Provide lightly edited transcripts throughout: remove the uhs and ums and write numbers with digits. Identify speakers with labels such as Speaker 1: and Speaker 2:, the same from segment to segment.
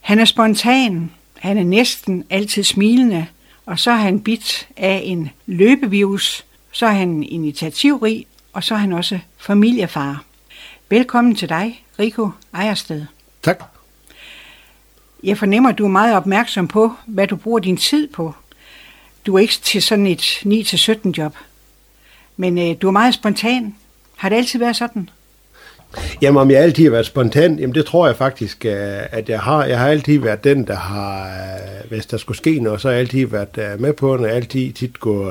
Speaker 1: Han er spontan, han er næsten altid smilende, og så er han bidt af en løbevirus, så er han initiativrig, og så er han også familiefar. Velkommen til dig, Rico Ejersted.
Speaker 2: Tak.
Speaker 1: Jeg fornemmer, at du er meget opmærksom på, hvad du bruger din tid på. Du er ikke til sådan et 9-17 job, men du er meget spontan. Har det altid været sådan?
Speaker 2: Jamen, om jeg altid har været spontan, jamen det tror jeg faktisk, at jeg har. Jeg har altid været den, der har, hvis der skulle ske noget, så har jeg altid været med på den, og altid tit gå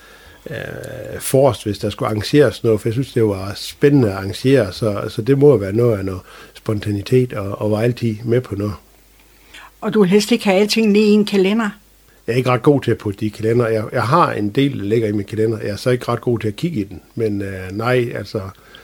Speaker 2: forrest, hvis der skulle arrangeres noget, for jeg synes, det var spændende at arrangere, så det må være noget af noget spontanitet, og var altid med på noget.
Speaker 1: Og du vil helst ikke have alting ned i en kalender?
Speaker 2: Jeg er ikke ret god til at putte de kalender. Jeg har en del, der ligger i min kalender. Jeg er så ikke ret god til at kigge i den, men nej, altså...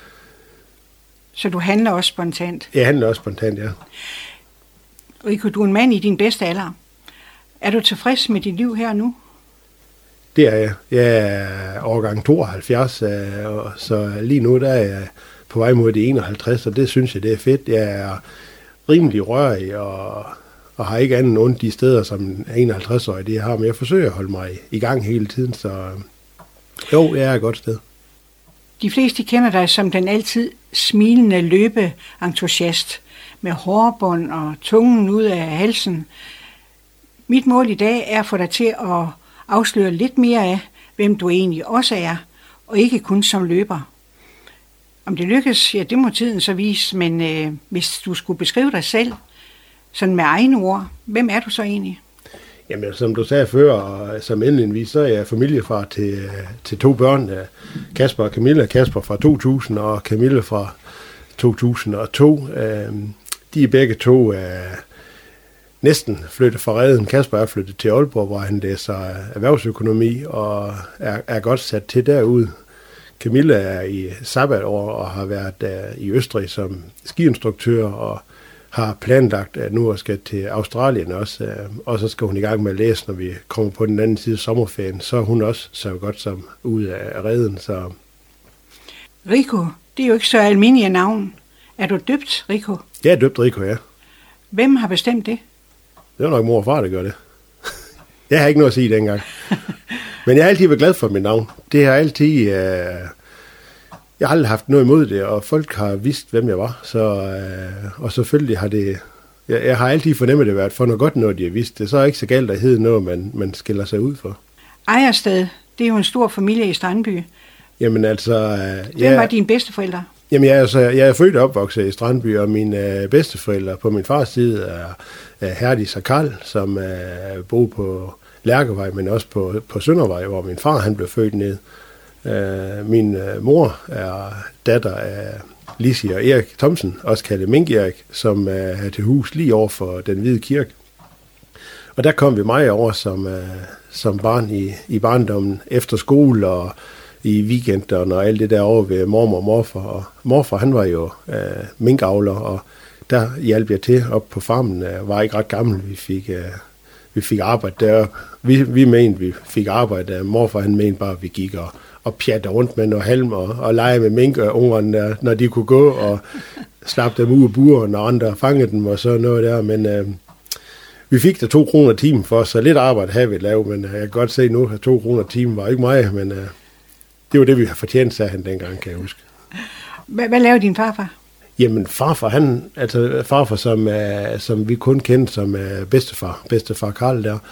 Speaker 1: Så du handler også spontant?
Speaker 2: Jeg handler også spontant, ja.
Speaker 1: Rico, du er en mand i din bedste alder. Er du tilfreds med dit liv her nu?
Speaker 2: Det er jeg. Jeg er årgang 72, så lige nu der er jeg på vej mod de 51, og det synes jeg, det er fedt. Jeg er rimelig rørig og har ikke andet ondt de steder, som en 51-årig det har, men jeg forsøger at holde mig i gang hele tiden, så jo, jeg er et godt sted.
Speaker 1: De fleste kender dig som den altid smilende løbeentusiast med hårbånd og tungen ud af halsen. Mit mål i dag er at få dig til at afsløre lidt mere af, hvem du egentlig også er, og ikke kun som løber. Om det lykkes, ja, det må tiden så vise, men hvis du skulle beskrive dig selv, sådan med egne ord, hvem er du så egentlig?
Speaker 2: Jamen, som du sagde før, og som indledningsvis, så er jeg familiefar til 2 børn, Kasper og Camilla. Kasper fra 2000 og Camilla fra 2002. De er begge to næsten flyttet fra Reden. Kasper er flyttet til Aalborg, hvor han læser erhvervsøkonomi og er godt sat til derude. Camilla er i sabbatår og har været i Østrig som skiinstruktør og har planlagt at nu skal til Australien også, og så skal hun i gang med at læse, når vi kommer på den anden side af sommerferien. Så er hun også så godt som ude af Reden. Så.
Speaker 1: Rico, det er jo ikke så almindelige navn. Er du døbt Rico?
Speaker 2: Jeg er døbt Rico, ja.
Speaker 1: Hvem har bestemt det?
Speaker 2: Det var nok mor og far, der gør det. Jeg har ikke noget at sige dengang. Men jeg har altid været glad for mit navn. Det har altid... Jeg har aldrig haft noget imod det, og folk har vidst, hvem jeg var. Og selvfølgelig har det... Jeg har altid fornemmet det været for noget godt, når de har vidst det. Så er ikke så galt at hedde noget, man skiller sig ud for.
Speaker 1: Ejersted, det er jo en stor familie i Strandby.
Speaker 2: Jamen altså...
Speaker 1: Hvem var dine bedsteforældre?
Speaker 2: Jamen jeg er født og opvokset i Strandby, og mine bedsteforældre på min fars side er Herdis og Karl, som boede på Lærkevej, men også på Søndervej, hvor min far han blev født ned. Min mor er datter af Lisi og Erik Thomsen, også kaldet Mink Erik, som er til hus lige over for den hvide kirke. Og der kom vi mig over som barn i barndommen efter skole og i weekenderne og alt det der over ved mormor og morfar. Og morfar, han var jo minkavler, og der hjalp jeg til op på farmen. Jeg var ikke ret gammel, vi fik arbejde deroppe. Vi mente, vi fik arbejde. Morfar, han mente bare, at vi gik og pjatte rundt med noget halm og lege med minkungerne, når de kunne gå, og slappe dem ud af buren, og andre fangede dem og så noget der. Men vi fik da 2 kroner timen for, så lidt arbejde havde vi lavet, men jeg kan godt se nu, at 2 kroner timen var ikke meget, men det var det, vi har fortjent, sagde han dengang, kan jeg huske.
Speaker 1: Hvad lavede din farfar?
Speaker 2: Jamen farfar, som vi kun kendte som bedstefar Karl der,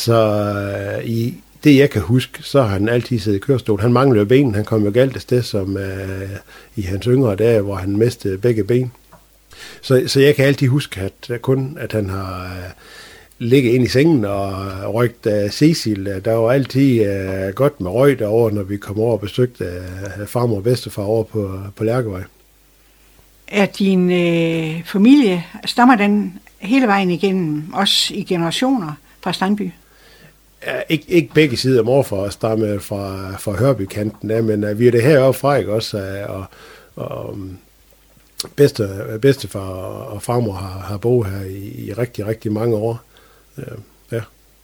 Speaker 2: i det jeg kan huske, så har han altid siddet i kørestol. Han manglede ben, han kom jo galt af sted som i hans yngre dage, hvor han mistede begge ben. Så jeg kan altid huske, at han har ligget ind i sengen og røgt Cecil. Der var altid godt med røg derovre, når vi kom over og besøgte farmor og bedstefar over på Lærkevej.
Speaker 1: Er din familie, stammer den hele vejen igennem, også i generationer fra Strandby?
Speaker 2: Ikke begge sider. Morfar stammer fra Hørbykanten, men vi er det heroppe fra, ikke også? Og bedstefar og farmor har boet her i rigtig, rigtig mange år. Ja.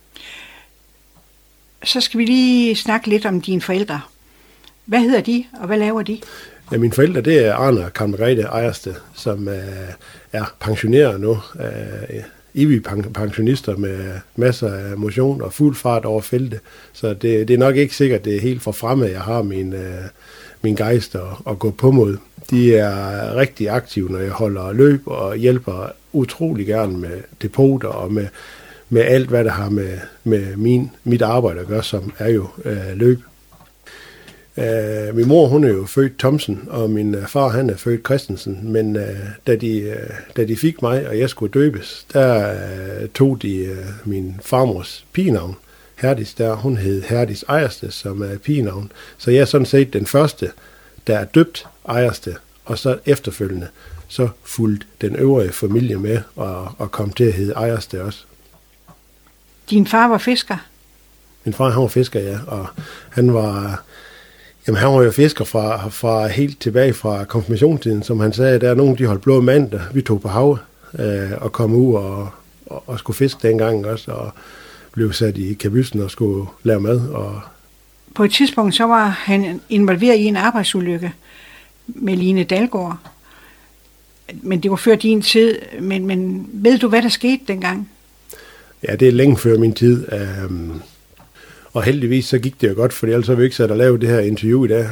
Speaker 1: Så skal vi lige snakke lidt om dine forældre. Hvad hedder de, og hvad laver de?
Speaker 2: Ja, mine forældre, det er Arne og Karen Margrethe Ejersted, som er pensioneret nu evige pensionister med masser af motion og fuld fart over feltet. Så det er nok ikke sikkert, det er helt for fremme, jeg har min gejst at gå på mod. De er rigtig aktive, når jeg holder løb og hjælper utrolig gerne med depoter og med alt, hvad der har med mit arbejde at gøre, som er jo løb. Min mor, hun er jo født Thomsen, og min far, han er født Christensen, men da de fik mig, og jeg skulle døbes, der tog de min farmors pigenavn, Herdis, der hun hed Herdis Ejersted, som er pigenavn. Så jeg er sådan set den første, der er døbt Ejersted, og så efterfølgende, så fulgte den øvrige familie med og kom til at hedde Ejersted også.
Speaker 1: Din far var fisker?
Speaker 2: Min far, han var fisker, ja, og han var jo fisker fra helt tilbage fra konfirmationstiden, som han sagde, der er nogen, de holdt blå mandag. Vi tog på havet og kom ud og skulle fiske dengang også, og blev sat i kabysen og skulle lave mad. Og
Speaker 1: på et tidspunkt, så var han involveret i en arbejdsulykke med Line Dalgaard. Men det var før din tid. Men ved du, hvad der skete dengang?
Speaker 2: Ja, det er længe før min tid. Og heldigvis så gik det jo godt, for ellers har vi ikke sat at lave det her interview i dag.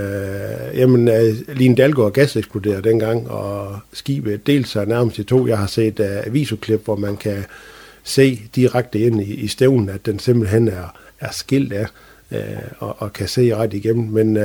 Speaker 2: Line Dalgaard gas eksploderede dengang, og skibet delte sig nærmest i to. Jeg har set avisoklip, hvor man kan se direkte ind i stævnen, at den simpelthen er skilt af, og kan se ret igennem. Men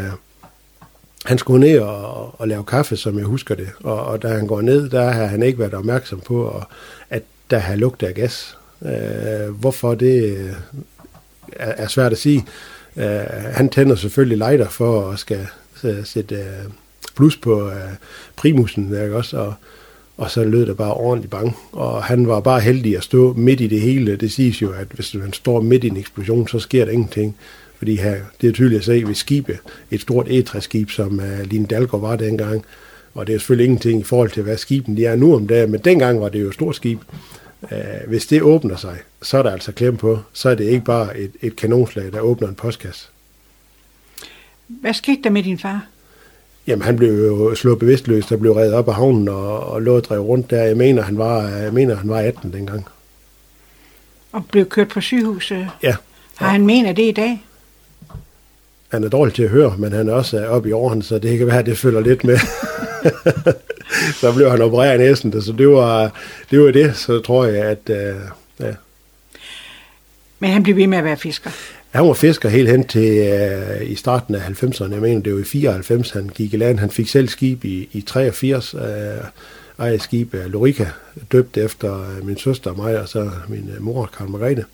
Speaker 2: han skulle ned og lave kaffe, som jeg husker det. Og da han går ned, der har han ikke været opmærksom på, at der har lugtet af gas. Hvorfor det er svært at sige. Han tænder selvfølgelig lighter for at skal sætte plus på primusen, ikke også? Og så lød det bare ordentligt bang. Og han var bare heldig at stå midt i det hele. Det siges jo, at hvis man står midt i en eksplosion, så sker der ingenting. Fordi her, det er tydeligt at se ved skibet, et stort egetræsskib, som Line Dalgaard var dengang. Og det er selvfølgelig ingenting i forhold til, hvad skiben de er nu om dagen, men dengang var det jo et stort skib. Hvis det åbner sig, så er der altså klem på. Så er det ikke bare et kanonslag, der åbner en postkasse. Hvad
Speaker 1: skete der med din far?
Speaker 2: Jamen, han blev jo slået bevidstløs, der blev reddet op af havnen og lå og drev rundt der. Jeg mener, han var 18 dengang.
Speaker 1: Og blev kørt på sygehuset?
Speaker 2: Ja.
Speaker 1: Har han mener det i dag?
Speaker 2: Han er dårlig til at høre, men han er også oppe i årene, så det kan være, at det følger lidt med. Så blev han opereret i næsen, så det var det, så tror jeg, at ja.
Speaker 1: Men han blev ved med at være fisker?
Speaker 2: Han var fisker helt hen til i starten af 90'erne. Jeg mener, det var i 94, han gik i land. Han fik selv skib i 83, eget skib af Lorica, døbt efter min søster og mig, og så min mor, Karen Margrethe.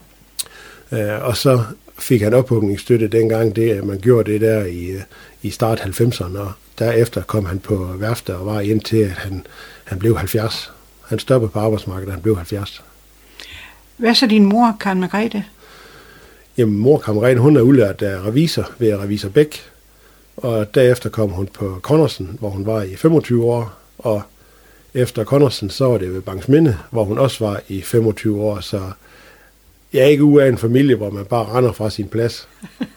Speaker 2: Og så fik han ophugningsstøtte dengang, man gjorde det der i start 90'erne, og derefter kom han på værftet og var indtil, at han blev 70. Han stoppede på arbejdsmarkedet, og han blev 70.
Speaker 1: Hvad så din mor, Karen Margrethe?
Speaker 2: Jamen, mor Karen Margrethe, hun er udlært af revisor ved Revisor Bæk, og derefter kom hun på Connorsen, hvor hun var i 25 år, og efter Connorsen, så var det ved Bangsminde, hvor hun også var i 25 år, så jeg er ikke ude af en familie, hvor man bare render fra sin plads.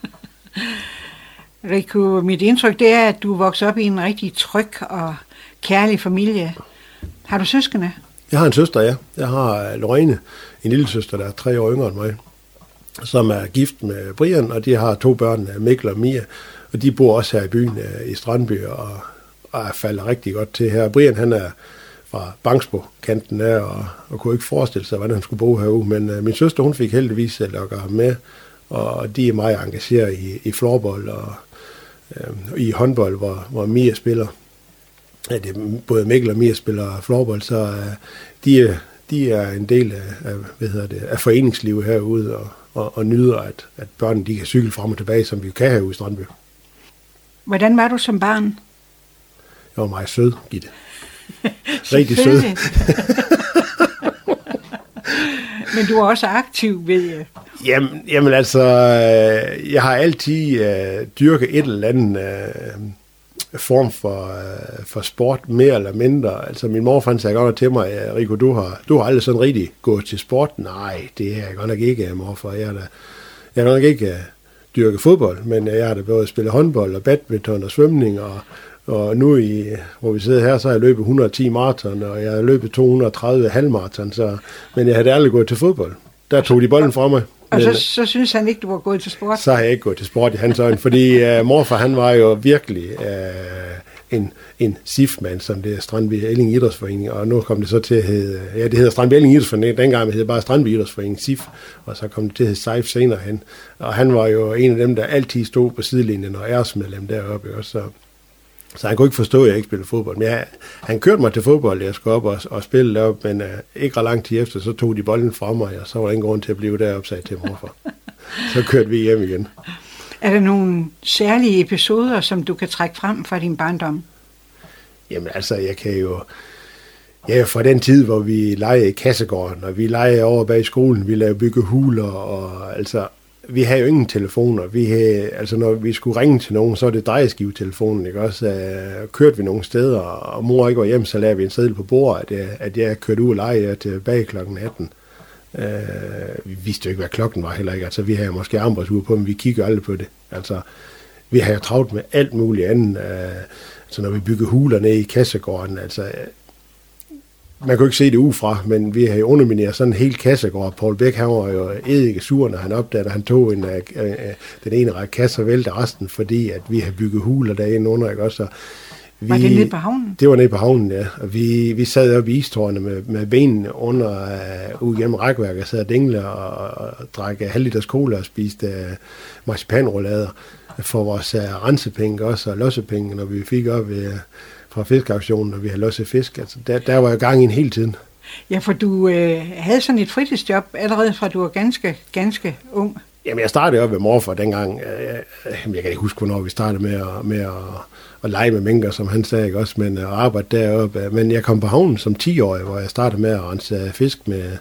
Speaker 1: Rico, mit indtryk det er, at du voksede op i en rigtig tryg og kærlig familie. Har du søskende?
Speaker 2: Jeg har en søster, ja. Jeg har Lorene, en lille søster, der er 3 år yngre end mig, som er gift med Brian, og de har 2 børn, Mikkel og Mia, og de bor også her i byen i Strandby, og falder rigtig godt til her. Brian, han er fra Bangsbo-kanten af, og kunne ikke forestille sig, hvordan han skulle bo herude, men min søster, hun fik heldigvis lukket ham med, og de er meget engageret i floorball og i håndbold, hvor Mia spiller. Ja, både Mikkel og Mia spiller floorball, så de er en del af foreningslivet herude, og nyder, at børnene de kan cykle frem og tilbage, som vi kan herude i Strandby.
Speaker 1: Hvordan var du som barn?
Speaker 2: Jeg var meget sød, Gitte. Rigtig sød.
Speaker 1: Men du er også aktiv, ved jeg.
Speaker 2: Jamen altså, jeg har altid dyrket et eller andet form for sport, mere eller mindre. Altså min morfar sagde godt til mig, Rico, du har aldrig sådan rigtig gået til sport. Nej, det er jeg godt nok ikke, morfar. Jeg har nok ikke dyrket fodbold, men jeg har da både spillet håndbold og badminton og svømning Og nu, hvor vi sidder her, så har jeg løbet 110 maraton, og jeg har løbet 230 halvmaraton, men jeg havde aldrig gået til fodbold. Der tog de bolden fra mig.
Speaker 1: Og så synes han ikke, du var gået til sport?
Speaker 2: Så har jeg ikke gået til sport i hans øjne, fordi morfar, han var jo virkelig en SIF-mand, som det er Strandby Elling Idrætsforening, og nu kom det så til at hedde, det hedder Strandby Elling Idrætsforening, dengang hed det bare Strandby Idrætsforening, SIF, og så kom det til at hedde SEIF senere hen. Og han var jo en af dem, der altid stod på sidelinjen og æresmedlem deroppe også, så han kunne ikke forstå, at jeg ikke spillede fodbold. Men han kørte mig til fodbold, jeg skulle op og spille deroppe, men ikke ret lang tid efter, så tog de bolden fra mig, og så var der ingen grund til at blive deroppe, sagde til morfar. Så kørte vi hjem igen.
Speaker 1: Er der nogle særlige episoder, som du kan trække frem fra din barndom?
Speaker 2: Jamen altså, jeg er fra den tid, hvor vi legede i kassegården, og vi legede over bag skolen, vi lavede byggehuler, og altså, vi havde jo ingen telefoner. Altså, når vi skulle ringe til nogen, så var det drejeskivetelefonen, ikke også? Kørte vi nogle steder, og mor ikke var hjem, så lavede vi en seddel på bordet, at jeg kørte ud og lege tilbage klokken 18. Vi vidste jo ikke, hvad klokken var heller ikke. Altså, vi havde måske armbåndsur på, men vi kiggede aldrig på det. Altså, vi havde travlt med alt muligt andet. Så når vi byggede huler ned i kassegården, altså, man kunne ikke se det udefra, men vi havde undermineret sådan en hel kassegård. Paul Bæk, han var jo eddike sur, når han opdagede, at han tog den ene række kasser og vælte resten, fordi at vi havde bygget huler derinde under, ikke også?
Speaker 1: Var det nede på havnen?
Speaker 2: Det var nede på havnen, ja. Og vi sad oppe i istårne med benene under ude gennem rækværket, sad og dingle og drak halvliters cola og spiste marcipanroulader for vores rensepenge også, og lossepenge, når vi fik op fra fiskeauktionen, når vi havde losset fisk. Altså, der var jeg gang i en hele tiden.
Speaker 1: Ja, for du havde sådan et fritidsjob allerede fra du var ganske, ganske ung.
Speaker 2: Jamen, jeg startede op ved morfar dengang. Jeg kan ikke huske, hvornår vi startede med at lege med mængder, som han sagde, ikke også, men at arbejde deroppe. Men jeg kom på havnen som 10-årig, hvor jeg startede med at rense fisk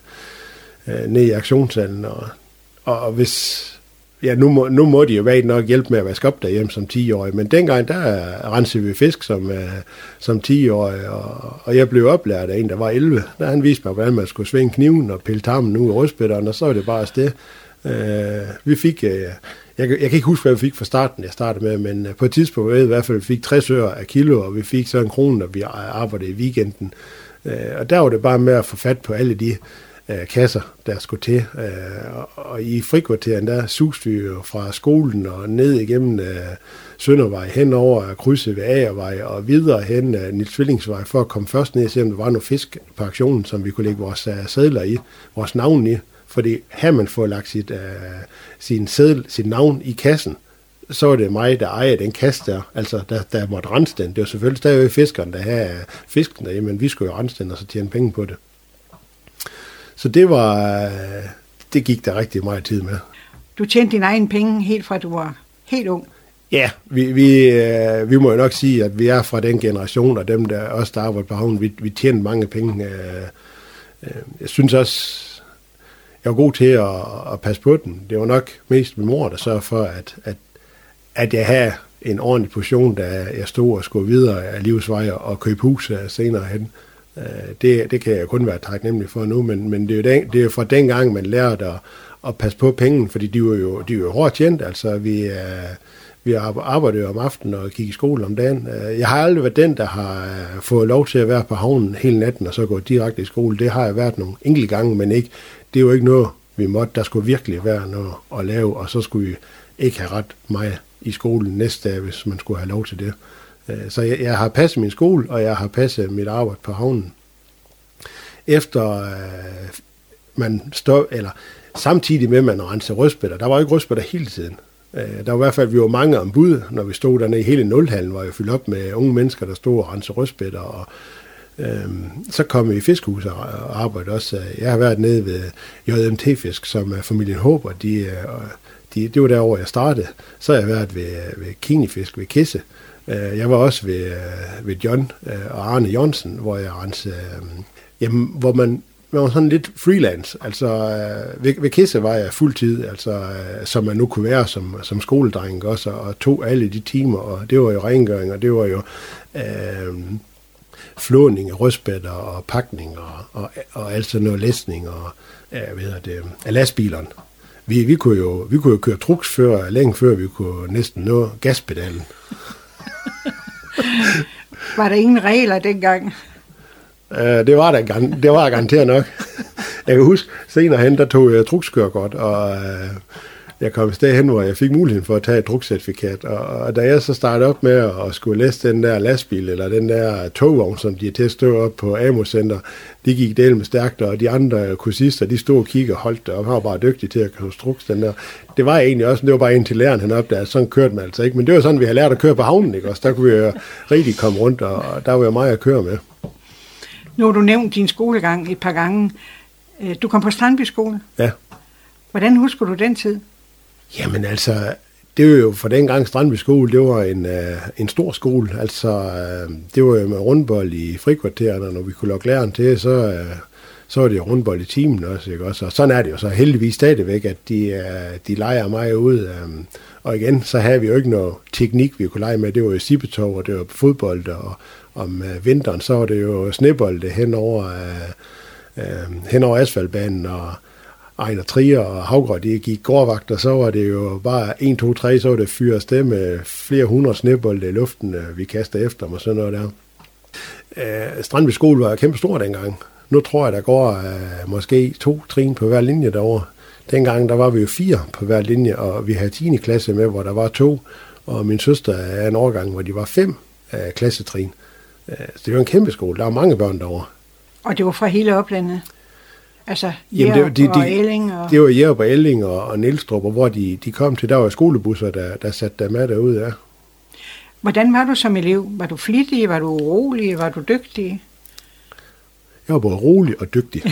Speaker 2: ned i auktionshallen. Og hvis... Ja, nu må de jo være nok hjælpe med at vaske op derhjemme som 10-årig, men dengang, der rensede vi fisk som 10-årig, og jeg blev oplært af en, der var 11. Der han viste mig, hvordan man skulle svinge kniven og pille tarmen ud af rødspætteren, og så var det bare afsted. Vi fik, jeg kan ikke huske, hvad vi fik fra starten, jeg startede med, men på et tidspunkt i hvert fald, vi fik 60 øre af kilo, og vi fik så 1 krone, når vi arbejdede i weekenden. Og der var det bare med at få fat på alle de kasser, der skulle til. Og i frikvarteren, der suste vi jo fra skolen og ned igennem Søndervej, hen over krydset ved Agervej og videre hen Niels Tvillingsvej, for at komme først ned og se, om der var noget fisk på aktionen, som vi kunne lægge vores sedler i, vores navn i. Fordi havde man fået lagt sit navn i kassen, så var det mig, der ejer den kasse der, altså der måtte rense den. Det var selvfølgelig stadig fiskeren, der havde fisken der, men vi skulle jo rense den og så tjene penge på det. Så det gik der rigtig meget tid med. Du
Speaker 1: tjente dine egne penge helt fra du var helt ung?
Speaker 2: Ja, vi må jo nok sige, at vi er fra den generation, og dem, der også der arbejder på havnen, vi tjente mange penge. Jeg synes også, jeg var god til at passe på den. Det var nok mest min mor, der sørgede for, at jeg havde en ordentlig portion, da jeg stod og skulle videre af livsveje og købe hus senere hen. Det kan jeg kun være taknemmelig for nu, men det er jo fra den gang, man lærte at passe på penge, fordi de er jo hårdt tjent. Altså, vi arbejder om aftenen og kigger i skole om dagen. Jeg har aldrig været den, der har fået lov til at være på havnen hele natten og så gå direkte i skole. Det har jeg været nogle enkelte gange, men ikke. Det er jo ikke noget, vi måtte. Der skulle virkelig være noget at lave, og så skulle vi ikke have ret meget i skolen næste dag, hvis man skulle have lov til det. Så jeg har passet min skole, og jeg har passet mit arbejde på havnen. Efter samtidig med, at man rensede rødspætter, der var jo ikke rødspætter hele tiden. Der var i hvert fald, vi var mange ombud, når vi stod dernede. Hele nulhallen var jo fyldt op med unge mennesker, der stod og rensede rødspætter, og så kom vi i fiskehuset og arbejdede også. Jeg har været nede ved JMT-fisk, som familien Håber, det var derovre, jeg startede. Så har jeg været ved Kinifisk ved Kisse. Jeg var også ved John og Arne Jørgensen, hvor jeg rensede, hvor man var sådan lidt freelance. Altså ved Kisse var jeg fuldtid, altså som man nu kunne være som skoledreng også, og tog alle de timer, og det var jo rengøring, og det var jo flåning af rødspætter og pakning og alt sådan noget læsning og af lastbilerne. Vi kunne jo køre trucks længe før vi kunne næsten nå gaspedalen.
Speaker 1: Var der ingen regler dengang?
Speaker 2: Det var der garanteret nok. Jeg kan huske, senere hen, der tog jeg trukskørekort, og jeg kom et sted hen, hvor jeg fik muligheden for at tage et trukcertifikat. Og da jeg så startede op med at skulle læse den der lastbil, eller den der togvogn, som de er til at stå op på AMO-center, de gik del med stærkt, og de andre kursister, de stod og kiggede og holdt det op. Han var bare dygtig til at kunne struks den der. Det var egentlig også, det var bare en til læreren han op der, sådan kørte man altså ikke. Men det var sådan, vi havde lært at køre på havnen, ikke også? Der kunne vi jo rigtig komme rundt, og der var jo meget at køre med.
Speaker 1: Nu har du nævnt din skolegang et par gange. Du kom på Strandby skole.
Speaker 2: Ja.
Speaker 1: Hvordan husker du den tid?
Speaker 2: Jamen altså, det var jo for dengang Strandby skole, det var en stor skole. Altså, det var jo med rundbold i frikvartererne, og når vi kunne lukke læreren til, så var det jo rundbold i timen også, ikke også? Og sådan er det jo så heldigvis stadigvæk, at de leger meget ud. Og igen, så havde vi jo ikke noget teknik, vi kunne lege med. Det var jo sippetov, og det var fodbold, og om vinteren, så var det jo snebolde hen over asfaltbanen, og Ejner Trier og Havgård, de gik gårdvagt, og så var det jo bare 1, 2, 3, så var det fyret afsted med flere hundrede snebolde i luften, vi kastede efter dem og sådan noget der. Strandby skole var kæmpe stor dengang. Nu tror jeg, der går måske 2 trin på hver linje derovre. Dengang, der var vi jo 4 på hver linje, og vi havde 10. klasse med, hvor der var 2, og min søster er en årgang, hvor de var 5 klassetrin. Så det var en kæmpe skole. Der var mange børn derovre. Og
Speaker 1: det var fra hele oplandet? Altså Jerup og Elling?
Speaker 2: Det var Jerup og Elling og Nielstrup, hvor de kom til. Der var skolebusser, der satte der med derude, ja.
Speaker 1: Hvordan var du som elev? Var du flittig? Var du urolig? Var du dygtig?
Speaker 2: Jeg var både rolig og dygtig.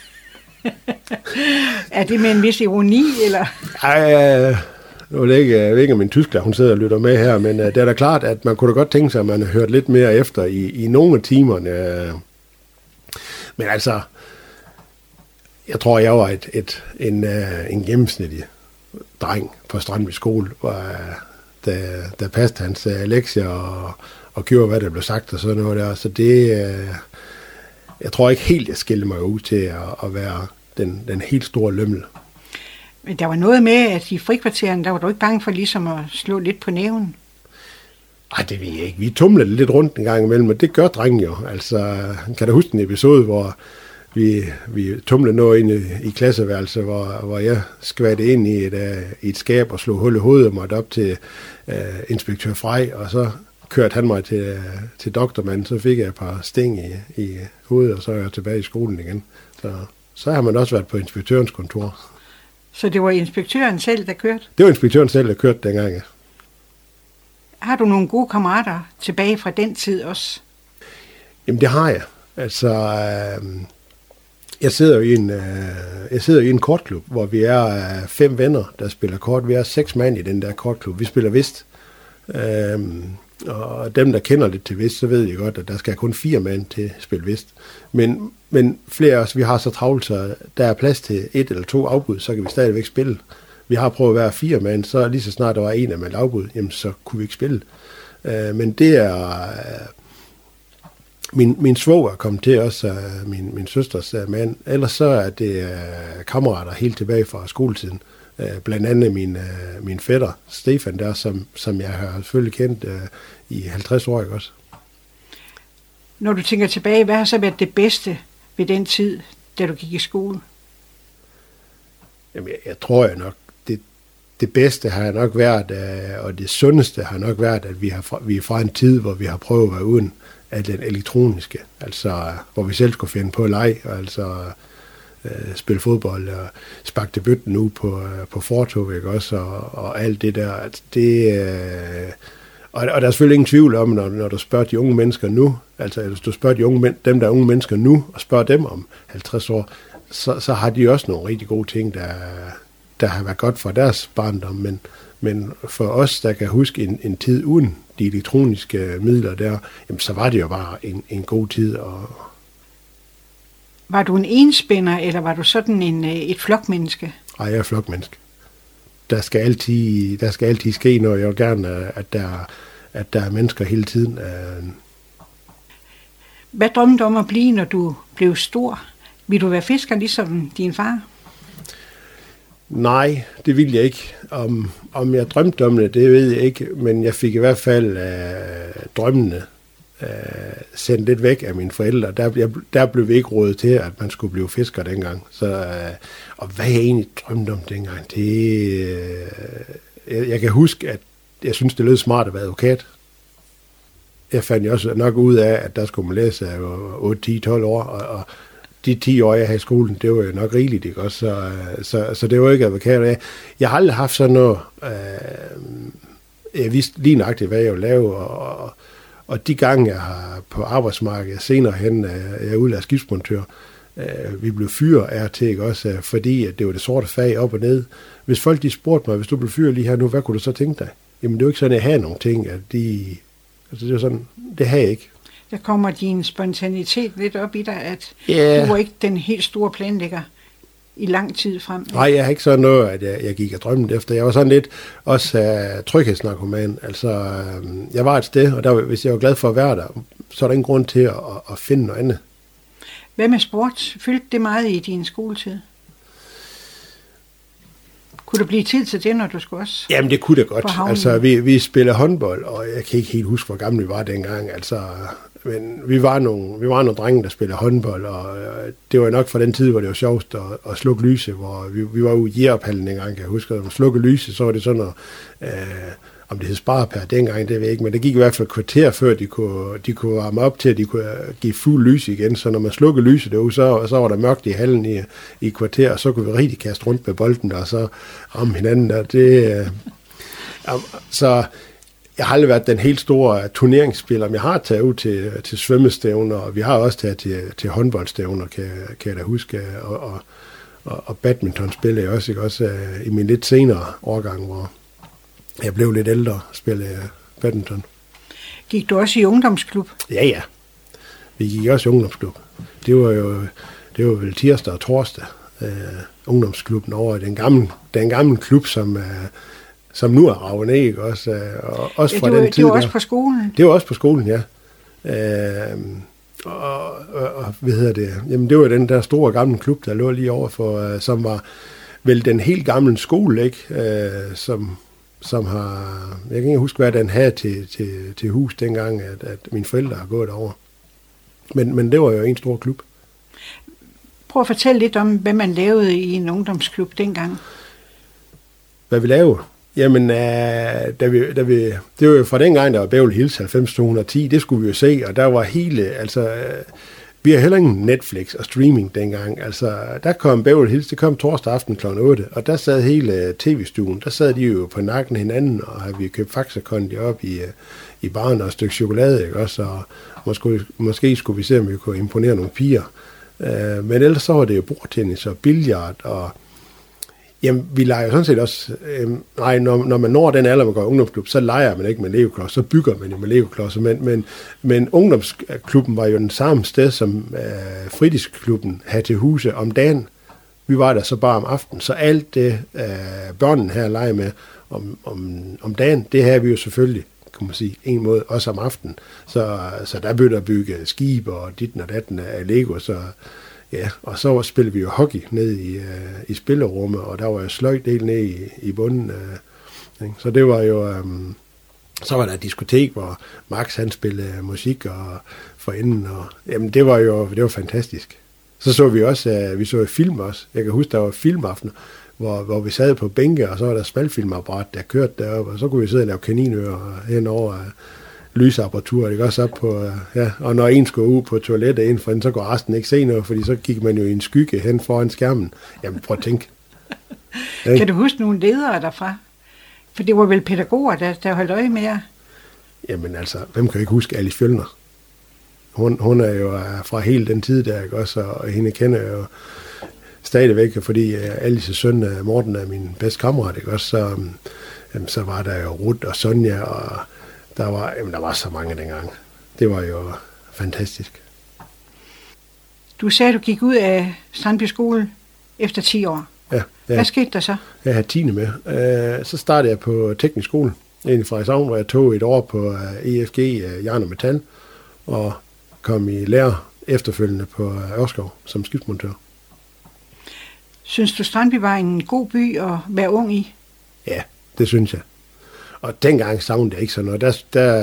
Speaker 1: Er det med en vis ironi, eller?
Speaker 2: Ej, nu ved jeg ikke, om min tyskler, hun sidder og lytter med her, men det er da klart, at man kunne da godt tænke sig, at man har hørt lidt mere efter i nogle af timerne. Men altså, jeg tror, jeg var en gennemsnitlig dreng på Strandby skole, der passede hans lektier og gjorde, hvad der blev sagt og sådan noget der. Så det, jeg tror ikke helt, jeg skilte mig ud til at være den helt store lømmel.
Speaker 1: Men der var noget med, at i frikvarteren, der var du ikke bange for ligesom at slå lidt på næven?
Speaker 2: Ej, det ved jeg ikke. Vi tumlede lidt rundt en gang imellem, og det gør drengen jo. Altså, kan du huske en episode, hvor vi tumlede noget ind i klasseværelset, hvor jeg skvatte ind i et skab og slog hul i hovedet og måtte op til inspektør Frej, og så kørte han mig til doktormanden, så fik jeg et par sting i hovedet, og så er jeg tilbage i skolen igen. Så har man også været på inspektørens kontor.
Speaker 1: Så det var inspektøren selv, der kørte? Det
Speaker 2: var inspektøren selv, der kørte dengang, ja.
Speaker 1: Har du nogle gode kammerater tilbage fra den tid også?
Speaker 2: Jamen, det har jeg. Altså, jeg sidder jo i en kortklub, hvor vi er 5 venner, der spiller kort. Vi er 6 mand i den der kortklub. Vi spiller Vist. Og dem, der kender lidt til Vist, så ved I godt, at der skal kun 4 mand til at spille Vist. Men flere af os, vi har så travlt, så der er plads til 1 eller 2 afbud, så kan vi stadigvæk spille. Vi har prøvet at være 4 mand, så lige så snart der var en af med afbud, jamen så kunne vi ikke spille. Men det er min svoger kom til også, min søsters mand. Ellers så er det kammerater helt tilbage fra skoletiden. Blandt andet min fætter, Stefan, der, som jeg har selvfølgelig kendt i 50 år, ikke også?
Speaker 1: Når du tænker tilbage, hvad har så været det bedste ved den tid, da du gik i skole?
Speaker 2: Jamen, jeg tror jo nok, det bedste har nok været, og det sundeste har nok været, at vi er fra en tid, hvor vi har prøvet at være uden af den elektroniske, altså hvor vi selv skulle finde på at lege, altså spille fodbold og sparke til bøtten nu på fortov, ikke også, og alt det der, altså det, og der er selvfølgelig ingen tvivl om, når du spørger de unge mennesker nu, altså hvis du spørger dem der er unge mennesker nu, og spørger dem om 50 år, så har de også nogle rigtig gode ting, der har været godt for deres barndom, men for os, der kan huske en tid uden de elektroniske midler der, jamen, så var det jo bare en god tid.
Speaker 1: Var du en enspænder, eller var du sådan et flokmenneske?
Speaker 2: Nej, jeg er flokmenneske. Der skal altid ske noget. Jeg vil gerne, at der er mennesker hele tiden.
Speaker 1: Hvad drømte du om at blive, når du blev stor? Vil du være fisker ligesom din far?
Speaker 2: Nej, det ville jeg ikke. Om jeg drømte om det ved jeg ikke, men jeg fik i hvert fald drømmene sendt lidt væk af mine forældre. Der blev vi ikke rådet til, at man skulle blive fisker dengang. Så, og hvad jeg egentlig drømte om dengang, jeg kan huske, at jeg synes, det lød smart at være advokat. Jeg fandt jo også nok ud af, at der skulle man læse 8, 10, 12 år, og de 10 år, jeg havde i skolen, det var jo nok rigeligt, ikke også? Så det var ikke advokat. Jeg har aldrig haft sådan noget, jeg vidste lige nøjagtigt, hvad jeg ville lave, og de gange, jeg har på arbejdsmarkedet senere hen, jeg er udlært skibsmontør, vi blev fyret af til, ikke også? Fordi at det var det sorte fag op og ned. Hvis folk de spurgte mig, hvis du blev fyret lige her nu, hvad kunne du så tænke dig? Jamen det er jo ikke sådan, at jeg havde nogle ting, at altså det er sådan, det har jeg ikke.
Speaker 1: Der kommer din spontanitet lidt op i dig, at du var ikke den helt store planlægger i lang tid frem.
Speaker 2: Nej, jeg har ikke sådan noget, at jeg gik og drømte efter. Jeg var sådan lidt også tryghedsnarkoman. Altså, jeg var et sted, og hvis jeg var glad for at være der, så er der ingen grund til at finde noget andet.
Speaker 1: Hvad med sport? Fyldte det meget i din skoletid? Kunne der blive tid til det, når du skulle også? Jamen, det kunne det godt.
Speaker 2: Altså, vi spillede håndbold, og jeg kan ikke helt huske, hvor gamle vi var dengang. Altså, men vi var nogle drenge, der spillede håndbold, og det var nok fra den tid, hvor det var sjovest at slukke lyse, hvor vi var ude i Jærphallen dengang, kan jeg huske. Når man slukke lyse, så var det sådan noget, om det hed sparepær dengang, det ved jeg ikke, men det gik i hvert fald et kvarter før, de kunne varme op til, at de kunne give fuld lys igen. Så når man slukkede lyset derude, så var der mørkt i hallen i et kvarter, og så kunne vi rigtig kaste rundt med bolden, og så ramme hinanden. Og så jeg har aldrig været den helt store turneringsspiller, men jeg har taget ud til svømmestævner, og vi har også taget til håndboldstævner, kan jeg da huske, og badminton spiller jeg også, ikke? Også i min lidt senere årgang, hvor jeg blev lidt ældre og spillede badminton.
Speaker 1: Gik du også i ungdomsklub?
Speaker 2: Ja. Vi gik også i ungdomsklub. Det var vel tirsdag og torsdag, ungdomsklubben over i den gamle klub, som nu er ravet ned, ikke? Også fra den tid.
Speaker 1: Det var også på skolen?
Speaker 2: Det var også på skolen, ja. Og hvad hedder det? Jamen, det var den der store gamle klub, der lå lige overfor, som var vel den helt gamle skole, ikke? Som har, jeg kan ikke huske, hvad den havde til hus dengang, at mine forældre har gået over. Men det var jo en stor klub.
Speaker 1: Prøv at fortælle lidt om, hvad man lavede i en ungdomsklub dengang. Hvad
Speaker 2: vi lavede? Jamen, det var jo fra dengang, der var Beverly Hills 90-210, det skulle vi jo se, og der var vi har heller ingen Netflix og streaming dengang. Altså, der kom Beverly Hills, det kom torsdag aften kl. 8, og der sad hele tv-stuen, der sad de jo på nakken hinanden, og havde vi købt Faxe-kondi op i baren og et stykke chokolade, ikke også? Og måske skulle vi se, om vi kunne imponere nogle piger. Men ellers så var det jo bordtennis og billard, og jamen, vi leger jo sådan set også, når man når den alder, man går i ungdomsklub, så leger man ikke med legoklodser, så bygger man jo med legoklodser, men ungdomsklubben var jo den samme sted, som fritidsklubben havde til huse om dagen. Vi var der så bare om aftenen, så alt det børnene her leger med om dagen, det havde vi jo selvfølgelig, kan man sige, en måde, også om aftenen. Så der blev der bygge skib og ditten og datten af Lego, så ja, og så spillede vi jo hockey ned i spillerummet, og der var jo sløjdel ned i bunden. Så det var jo, så var der et diskotek, hvor Max han spillede musik og forinden, og jamen det var fantastisk. Så vi også, vi så film også. Jeg kan huske, der var filmaftener, hvor vi sad på bænke, og så var der spaltfilmapparat, der kørte deroppe, og så kunne vi sidde og lave kaninører henover lysapparatur, ikke også op på, og når en skulle ud på toilettet indenfor, så går resten ikke se noget, fordi så gik man jo i en skygge hen foran skærmen. Jamen, prøv at tænke.
Speaker 1: Kan du huske nogle ledere derfra? For det var vel pædagoger, der holdt øje med jer?
Speaker 2: Jamen altså, hvem kan ikke huske Alice Fjellner? Hun er jo fra hele den tid der, ikke også, og hende kender jeg jo stadigvæk, fordi Alices søn Morten er min bedste kammerat, ikke også, så var der jo Ruth og Sonja, og der var så mange dengang. Det var jo fantastisk.
Speaker 1: Du sagde, du gik ud af Strandby Skole efter 10 år.
Speaker 2: Ja.
Speaker 1: Hvad skete der så?
Speaker 2: Jeg havde 10. med. Så startede jeg på teknisk skole i Frederikshavn, hvor jeg tog et år på EFG, Jern og Metal, og kom i lære efterfølgende på Ørskov som skibsmontør.
Speaker 1: Synes du, Strandby var en god by at være ung i?
Speaker 2: Ja, det synes jeg. Og dengang savnede jeg ikke sådan noget.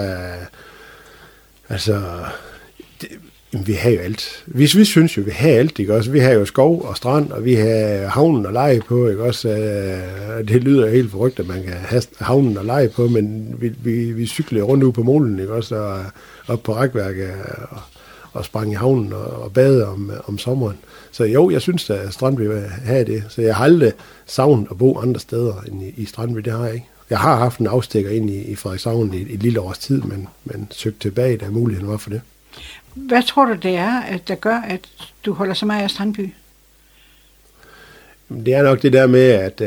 Speaker 2: Vi har jo alt. Vi synes jo, vi har alt, ikke også? Vi har jo skov og strand, og vi har havnen og lege på, ikke også? Det lyder helt forrygt, at man kan have havnen og lege på, men vi cyklede rundt ude på molen, ikke også? Og op på rækværket og sprang i havnen og bade om sommeren. Så jo, jeg synes, at Strandby har det. Så jeg har aldrig savnet at bo andre steder end i Strandby, det har jeg ikke. Jeg har haft en afstikker ind i Frederikshavn i et lille års tid, men søgte tilbage, da muligheden var for det.
Speaker 1: Hvad tror du, det er, der gør, at du holder så meget af Strandby?
Speaker 2: Det er nok det der med, at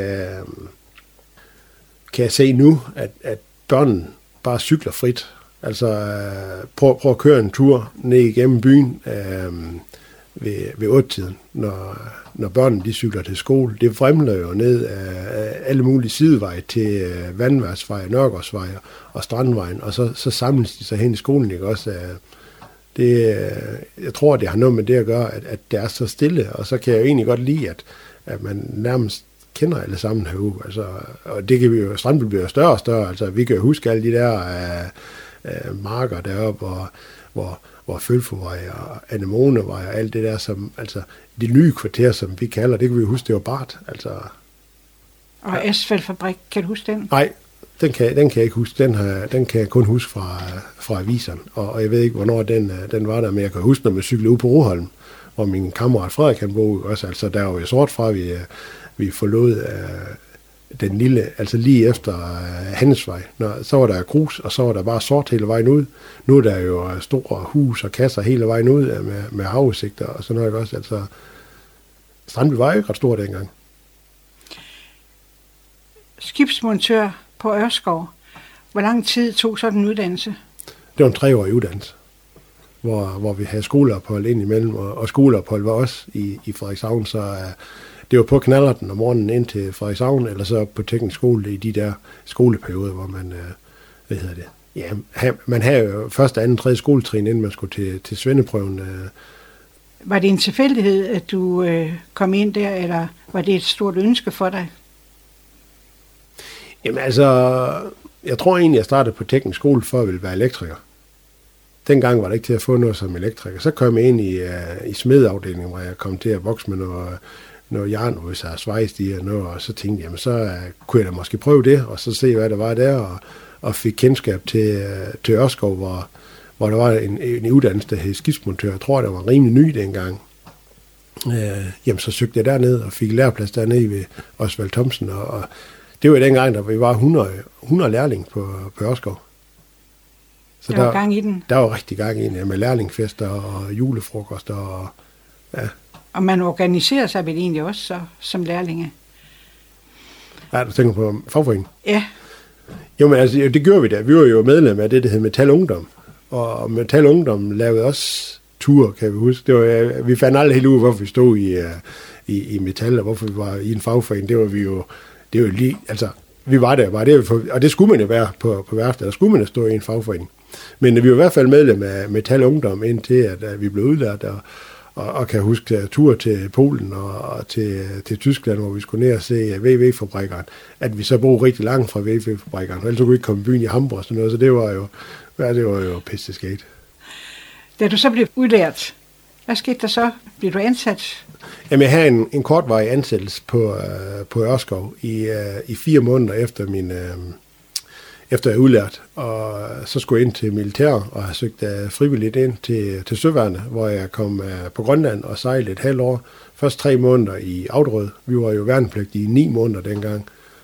Speaker 2: kan jeg se nu, at børnene bare cykler frit. Altså prøv at køre en tur ned igennem byen ved 8-tiden, når børnene de cykler til skole. Det fremler jo ned af alle mulige sideveje til Vandværksvej, Nørgaardsvej og Strandvejen, og så samles de sig hen i skolen, ikke også? Jeg tror, det har noget med det at gøre, at det er så stille, og så kan jeg jo egentlig godt lide, at man nærmest kender alle sammen herude. Altså, og det kan vi jo, Strandby bliver større og større, altså vi kan jo huske alle de der marker deroppe, hvor Følfovej og Anemonevej og alt det der, som, altså det nye kvarter, som vi kalder, det kan vi jo huske, det var Bart. Altså,
Speaker 1: og asfaltfabrik, kan du huske den?
Speaker 2: Nej, den kan jeg ikke huske. Den kan jeg kun huske fra aviserne, og jeg ved ikke, hvornår den var der, men jeg kan huske, når man cyklede ud på Roholm, hvor min kammerat Frederik kan bo også, altså der var jo sort fra, vi forlod den lille, altså lige efter Handelsvej. Så var der grus, og så var der bare sort hele vejen ud. Nu er der jo store hus og kasser hele vejen ud med havudsigter og sådan noget også. Altså, Strandby var jo ikke ret stor dengang.
Speaker 1: Skibsmontør på Ørskov. Hvor lang tid tog sådan en uddannelse?
Speaker 2: Det var en 3-årig uddannelse, hvor vi havde skoleophold indimellem, og skoleophold var også i Frederikshavn, så det var på knallerten om morgenen ind til Frederikshavn, eller så på teknisk skole i de der skoleperioder, hvor man, ja, man havde jo første, anden, tredje skoletrin, inden man skulle til svendeprøven.
Speaker 1: Var det en tilfældighed, at du kom ind der, eller var det et stort ønske for dig?
Speaker 2: Jamen altså, jeg tror egentlig, jeg startede på teknisk skole for at ville være elektriker. Dengang var det ikke til at få noget som elektriker. Så kom jeg ind i smedafdelingen, hvor jeg kom til at vokse med noget jern, hvis jeg havde svejst i og noget, og så tænkte jeg, jamen, så kunne jeg da måske prøve det, og så se, hvad der var der, og fik kendskab til Ørskov, hvor der var en uddannelse, der hed skibsmontør. Jeg tror, der var rimelig ny dengang. Jamen, så søgte jeg derned og fik læreplads dernede ved Osvald Thomsen, og det var dengang, der vi var 100 lærling på Ørskov.
Speaker 1: Så der var gang i den?
Speaker 2: Der var rigtig gang i den, ja, med lærlingfester og julefrokoster. Og, ja.
Speaker 1: Og man organiserer sig vel egentlig også så, som lærlinge?
Speaker 2: Ja, du tænker på fagforeningen?
Speaker 1: Ja.
Speaker 2: Jo, men altså, det gjorde vi da. Vi var jo medlem af det, der hed Metal Ungdom. Og Metal Ungdom lavede også ture, kan vi huske. Vi fandt aldrig helt ud, hvorfor vi stod i Metal, og hvorfor vi var i en fagforening. Det var jo lige, altså, vi var der, og det skulle man jo være på værftet, der skulle man jo stå i en fagforening. Men vi var i hvert fald medlem af Metal Ungdom, indtil at vi blev udlært, og kan huske tur til Polen og til Tyskland, hvor vi skulle ned og se VV-fabrikkerne, at vi så boede rigtig langt fra VV-fabrikkerne, ellers kunne vi ikke komme i byen i Hamburg og sådan noget, så det var jo pisse skægt. Da
Speaker 1: du så blev udlært, hvad skete der så? Blev du ansat?
Speaker 2: Jamen, jeg havde en kortvarig ansættelse på Ørskov i 4 måneder efter jeg er udlært, og så skulle jeg ind til militær og have søgt frivilligt ind til Søværnet, hvor jeg kom på Grønland og sejlede et halvt år. Først 3 måneder i Afdrød. Vi var jo værnepligtige i 9 måneder dengang.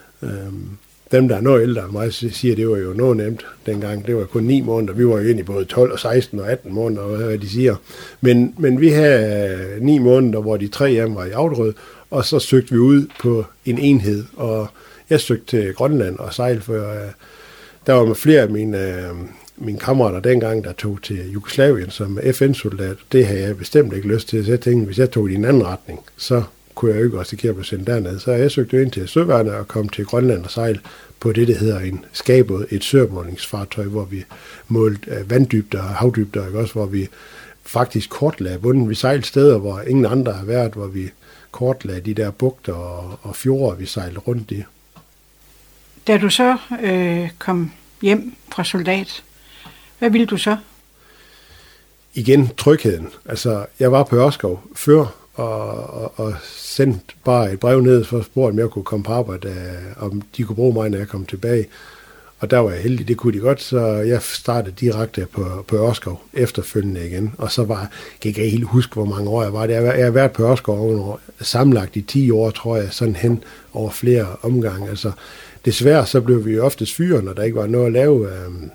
Speaker 2: Dem, der er noget ældre end mig, siger, det var jo noget nemt dengang. Det var kun 9 måneder. Vi var jo inde i både 12 og 16 og 18 måneder, hvad de siger. Men vi havde 9 måneder, hvor de 3 af dem var i Afdrød, og så søgte vi ud på en enhed. Og jeg søgte til Grønland og sejlede, for der var med flere af mine kammerater dengang, der tog til Jugoslavien som FN-soldat. Det havde jeg bestemt ikke lyst til. Så jeg tænkte, hvis jeg tog i en anden retning, så kunne jeg jo ikke risikere at blive sendt derned. Så jeg søgte ind til Søværnet og kom til Grønland og sejle på det, der hedder en skabåd, et sømålingsfartøj, hvor vi målte vanddybder og havdybder, ikke også, hvor vi faktisk kortlagde bunden. Vi sejlede steder, hvor ingen andre har været, hvor vi kortlagde de der bugter og fjorde, vi sejlede rundt i.
Speaker 1: Da du så kom hjem fra soldat, hvad ville du så?
Speaker 2: Igen trygheden. Altså, jeg var på Ørskov før, og sendte bare et brev ned for at spørge, om jeg kunne komme på arbejde, om de kunne bruge mig, når jeg kom tilbage. Og der var jeg heldig, det kunne de godt, så jeg startede direkte på Ørskov efterfølgende igen. Og så kan jeg ikke helt huske, hvor mange år jeg var. Jeg har været på Ørskov sammenlagt i 10 år, tror jeg, sådan hen over flere omgange. Altså, desværre så blev vi jo oftest fyret, når der ikke var noget at lave.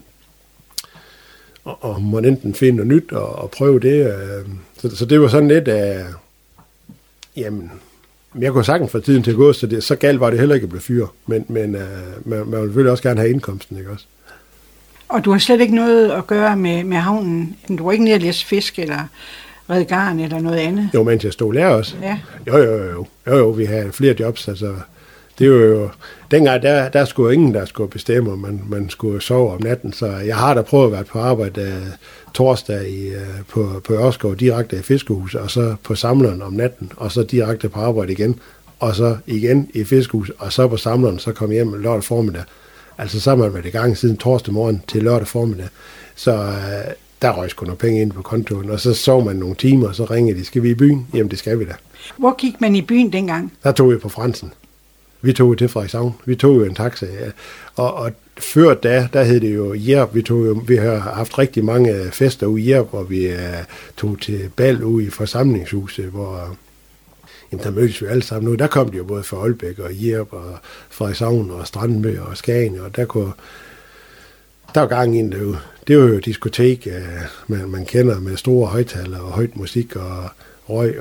Speaker 2: Og man enten finde noget nyt og prøve det. Så det var sådan lidt af... Jamen, jeg kunne sagtens få tiden til at gå, så galt var det heller ikke at blive fyret. Men man vil selvfølgelig også gerne have indkomsten, ikke også?
Speaker 1: Og du har slet ikke noget at gøre med havnen? Du var ikke nede at læse fisk eller redde garn eller noget andet?
Speaker 2: Jo, mens jeg stod lærer også.
Speaker 1: Ja.
Speaker 2: Jo, vi havde flere jobs, altså... Det var jo... Dengang, der skulle ingen, der skulle bestemme, om man skulle sove om natten, så jeg har da prøvet at være på arbejde torsdag på Ørskov direkte i fiskehuset, og så på samleren om natten, og så direkte på arbejde igen, og så igen i fiskehuset, og så på samleren, så kom jeg hjem lørdag formiddag. Altså så har man været i gang siden torsdag morgen til lørdag formiddag. Så der røg sgu nogle penge ind på kontoen, og så sov man nogle timer, og så ringede de, skal vi i byen? Jamen det skal vi da.
Speaker 1: Hvor gik man i byen dengang?
Speaker 2: Der tog vi på Fransen. Vi tog til Frederikshavn. Vi tog jo en taxa. Ja. Og før da hed det jo Jerp. Vi har haft rigtig mange fester ude i Jerp, hvor vi tog til bal ude i forsamlingshuset, hvor der mødtes vi alle sammen nu. Der kom de jo både fra Aalbæk og Jerp og Frederikshavn og Strandby og Skagen, og der var gang ind derude. Det var jo et diskotek, man kender med store højttaler og højt musik og røg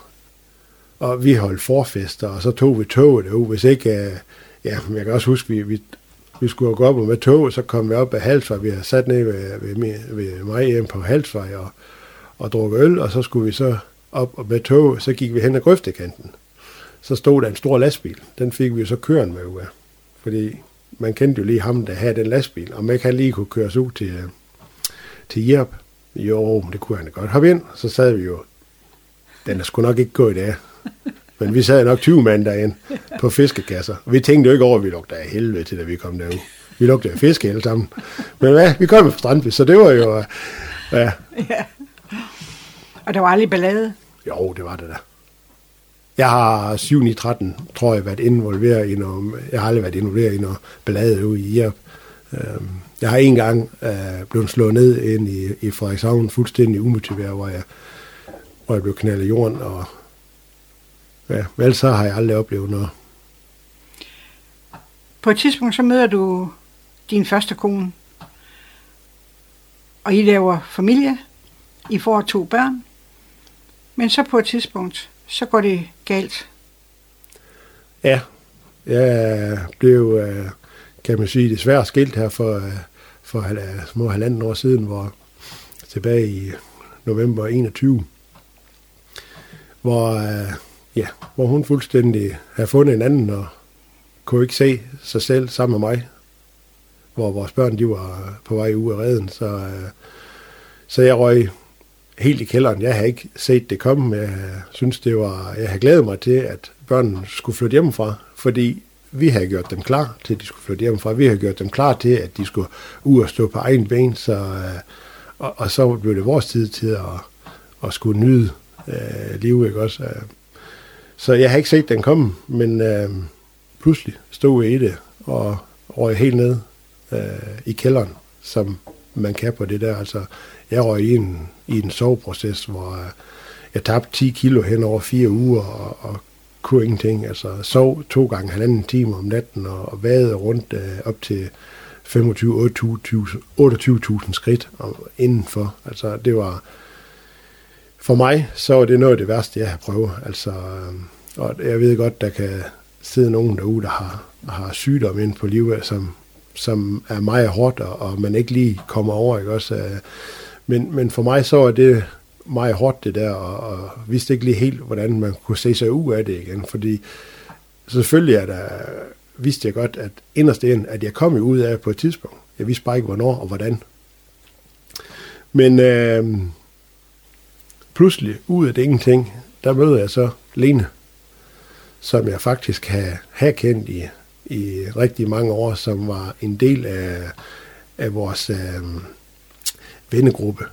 Speaker 2: og vi holdt forfester, og så tog vi toget derude. Hvis ikke, jeg kan også huske, vi skulle gå op med toget, så kom vi op af Halsvej. Vi havde sat ned ved mig hjem på Halsvej og drukket øl, og så skulle vi så op med toget, så gik vi hen ad Grøftekanten. Så stod der en stor lastbil. Den fik vi jo så køren med ud af. Fordi man kendte jo lige ham, der havde den lastbil, og man kan lige kunne køre os ud til Jerp. Jo, det kunne han da godt. Hop ind, så sad vi jo. Den er sgu nok ikke gået i dag. Men vi sad nok 20 mand derinde på fiskekasser. Vi tænkte jo ikke over, at vi lugtede af helvede til, da vi kom derud. Vi lugtede af fisk alle sammen. Men hvad? Vi kom fra Strandby, så det var jo... Ja.
Speaker 1: Og der var aldrig ballade?
Speaker 2: Jo, det var det da. Jeg har 7-9-13, tror jeg, været involveret i noget... Jeg har aldrig været involveret i noget ballade ude i Jerp. Jeg har en gang blevet slået ned ind i Frederikshavn, fuldstændig umotiveret, hvor jeg blev knaldet i jorden, og ja, vel så har jeg aldrig oplevet noget.
Speaker 1: På et tidspunkt så møder du din første kone, og I laver familie, I får 2 børn, men så på et tidspunkt, så går det galt.
Speaker 2: Ja, jeg blev, kan man sige, desværre skilt her for små 1,5 år siden, hvor tilbage i november 21, hvor hun fuldstændig havde fundet en anden og kunne ikke se sig selv sammen med mig, hvor vores børn de var på vej ud af reden, så jeg røg helt i kælderen. Jeg havde ikke set det komme. Jeg havde glædet mig til, at børnene skulle flytte hjemmefra, fordi vi havde gjort dem klar til, at de skulle flytte hjemmefra. Vi havde gjort dem klar til, at de skulle ud og stå på egen ben, og så blev det vores tid til at skulle nyde livet, ikke også? Så jeg har ikke set den komme, men pludselig stod jeg i det og røg helt ned i kælderen, som man kan på det der. Altså, jeg røg i en soveproces, hvor jeg tabte 10 kilo hen over 4 uger og kunne ingenting. Altså, sov 2 gange 1,5 time om natten og vadede rundt op til 28.000 skridt indenfor. Altså, det var... For mig, så var det noget af det værste, jeg har prøvet. Altså, og jeg ved godt, der kan sidde nogen derude, der har sygdom ind på livet, som er meget hårdt, og man ikke lige kommer over, ikke også? Men for mig, så var det meget hårdt, det der, og vidste ikke lige helt, hvordan man kunne se sig ud af det igen. Fordi selvfølgelig vidste jeg godt, at inderst ind, at jeg kom ud af på et tidspunkt. Jeg vidste bare ikke, hvornår og hvordan. Men... pludselig, ud af det ingenting, der møder jeg så Lene, som jeg faktisk har kendt i rigtig mange år, som var en del af vores vennegruppe.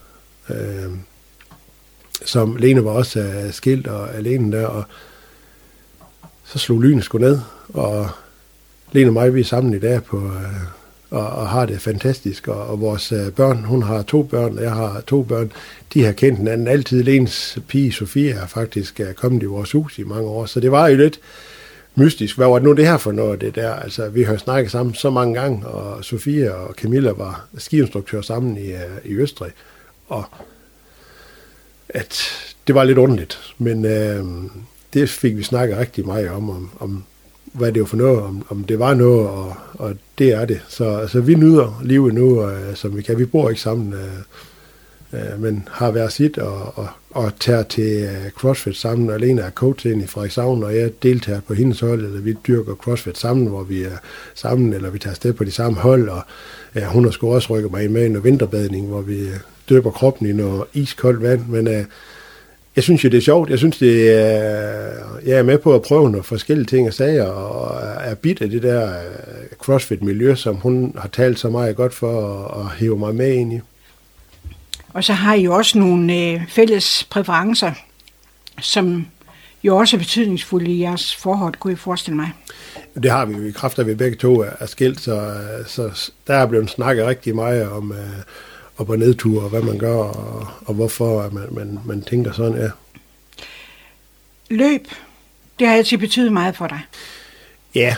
Speaker 2: Som Lene var også skilt og alene der, og så slog lynet sgu ned, og Lene og mig, vi er sammen i dag og har det fantastisk, og vores børn, hun har 2 børn, og jeg har 2 børn, de har kendt hinanden altid. Lenes pige, Sofie, har faktisk kommet i vores hus i mange år, så det var jo lidt mystisk. Hvad var det nu det her for noget, det der? Altså, vi har snakket sammen så mange gange, og Sofie og Camilla var skiinstruktør sammen i Østrig, og at det var lidt underligt, men det fik vi snakket rigtig meget om hvad det var for noget, om det var noget, og det er det. Så vi nyder livet nu, som vi kan. Vi bor ikke sammen, men har hver sit, og tager til CrossFit sammen, og Lene er coach ind i Frederikshavn, og jeg deltager på hendes hold, eller vi dyrker CrossFit sammen, hvor vi er sammen, eller vi tager afsted på de samme hold, og hun har sgu også rykket mig med i noget vinterbadning, hvor vi døber kroppen i noget iskoldt vand, men jeg synes jo, det er sjovt. Jeg synes, jeg er med på at prøve nogle forskellige ting og sager, og er bidt af det der CrossFit-miljø, som hun har talt så meget godt for at hive mig med ind i.
Speaker 1: Og så har I jo også nogle fælles præferencer, som jo også er betydningsfulde i jeres forhold, kunne jeg forestille mig. Det
Speaker 2: har vi jo i kraft af, at vi begge to er skilt, så der er blevet snakket rigtig meget om op- og nedtur, og hvad man gør, og hvorfor man tænker sådan, ja.
Speaker 1: Løb, det har altid betydet meget for dig.
Speaker 2: Ja,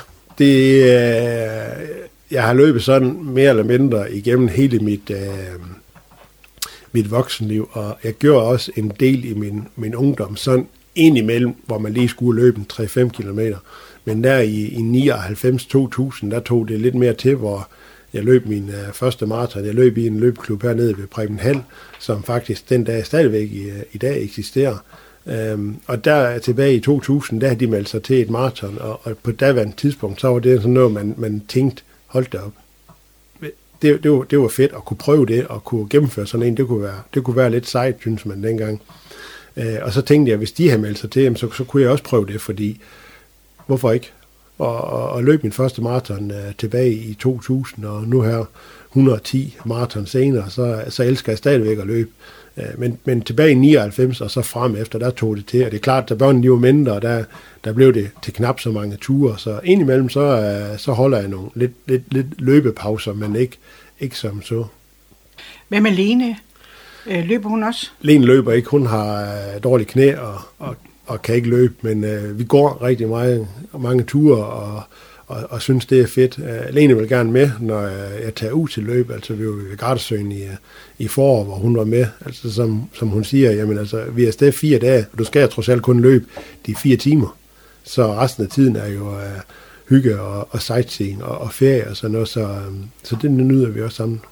Speaker 2: jeg har løbet sådan mere eller mindre igennem hele mit voksenliv, og jeg gjorde også en del i min ungdom, sådan indimellem, hvor man lige skulle løbe 3-5 kilometer. Men der i 99-2000, der tog det lidt mere til, hvor jeg løb min første maraton. Jeg løb i en løbeklub hernede ved Preben Hall, som faktisk den dag stadigvæk i dag eksisterer. Og der tilbage i 2000, der havde de meldt sig til et maraton, og på daværende tidspunkt, så var det sådan noget, man tænkte, hold da op. Det var fedt at kunne prøve det, og kunne gennemføre sådan en. Det kunne være lidt sejt, synes man dengang. Og så tænkte jeg, hvis de havde meldt sig til, så kunne jeg også prøve det, fordi hvorfor ikke? Og løb min første maraton tilbage i 2000, og nu her 110 maraton senere, så elsker jeg stadigvæk at løbe. Men tilbage i 99 og så frem efter, der tog det til, og det er klart, at da børnene de var mindre, der blev det til knap så mange ture, så indimellem så holder jeg nogle lidt løbepauser, men ikke som så.
Speaker 1: Hvad med Lene? Løber hun også?
Speaker 2: Lene løber ikke, hun har dårlige knæ og kan ikke løbe, men vi går rigtig mange ture og synes, det er fedt. Lene vil gerne med, når jeg tager ud til løb, altså vi var ved Gardasøen i forår, hvor hun var med, altså som hun siger, jamen altså, vi er afsted 4 dage, og du skal trods alt kun løbe de 4 timer, så resten af tiden er jo hygge og sightseeing og ferie og sådan noget, så det nyder vi også sammen.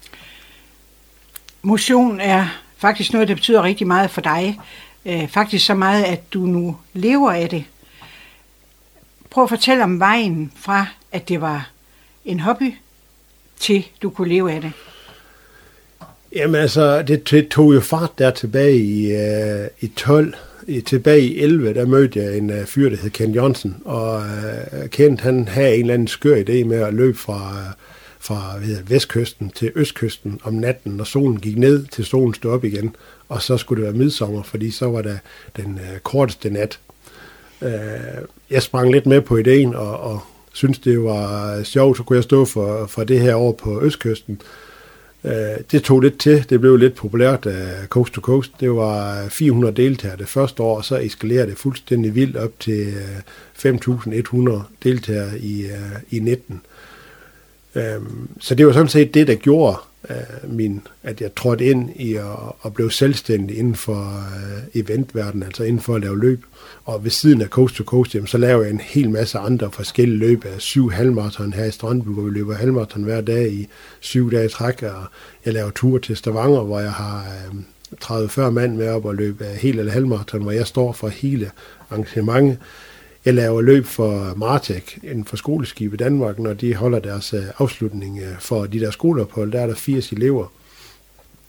Speaker 1: Motion er faktisk noget, der betyder rigtig meget for dig, faktisk så meget, at du nu lever af det. Prøv at fortælle om vejen fra, at det var en hobby, til du kunne leve af det.
Speaker 2: Jamen altså, det tog jo fart der tilbage i 12. Tilbage i 11, der mødte jeg en fyr, der hed Kent Jørgensen, og Kent, han havde en eller anden skør idé med at løbe fra vestkysten til østkysten om natten, når solen gik ned, til solen stod op igen, og så skulle det være midsommer, fordi så var der den korteste nat. Jeg sprang lidt med på ideen, og syntes, det var sjovt, så kunne jeg stå for det her over på østkysten. Det tog lidt til, det blev lidt populært coast to coast. Det var 400 deltagere det første år, og så eskalerede det fuldstændig vildt op til 5.100 deltagere i 19. Så det var sådan set det, der gjorde at jeg trådte ind i at blive selvstændig inden for eventverdenen, altså inden for at lave løb. Og ved siden af Coast to Coast, så laver jeg en hel masse andre forskellige løb af 7 halvmarathon her i Strandby, hvor vi løber halvmarathon hver dag i 7 dage i træk, og jeg laver tur til Stavanger, hvor jeg har 30-40 mand med op og løbe hel eller halvmarathon, hvor jeg står for hele arrangementet. Jeg laver løb for Martek, inden for skoleskib i Danmark, når de holder deres afslutning for de der skoleophold. Der er der 80 elever.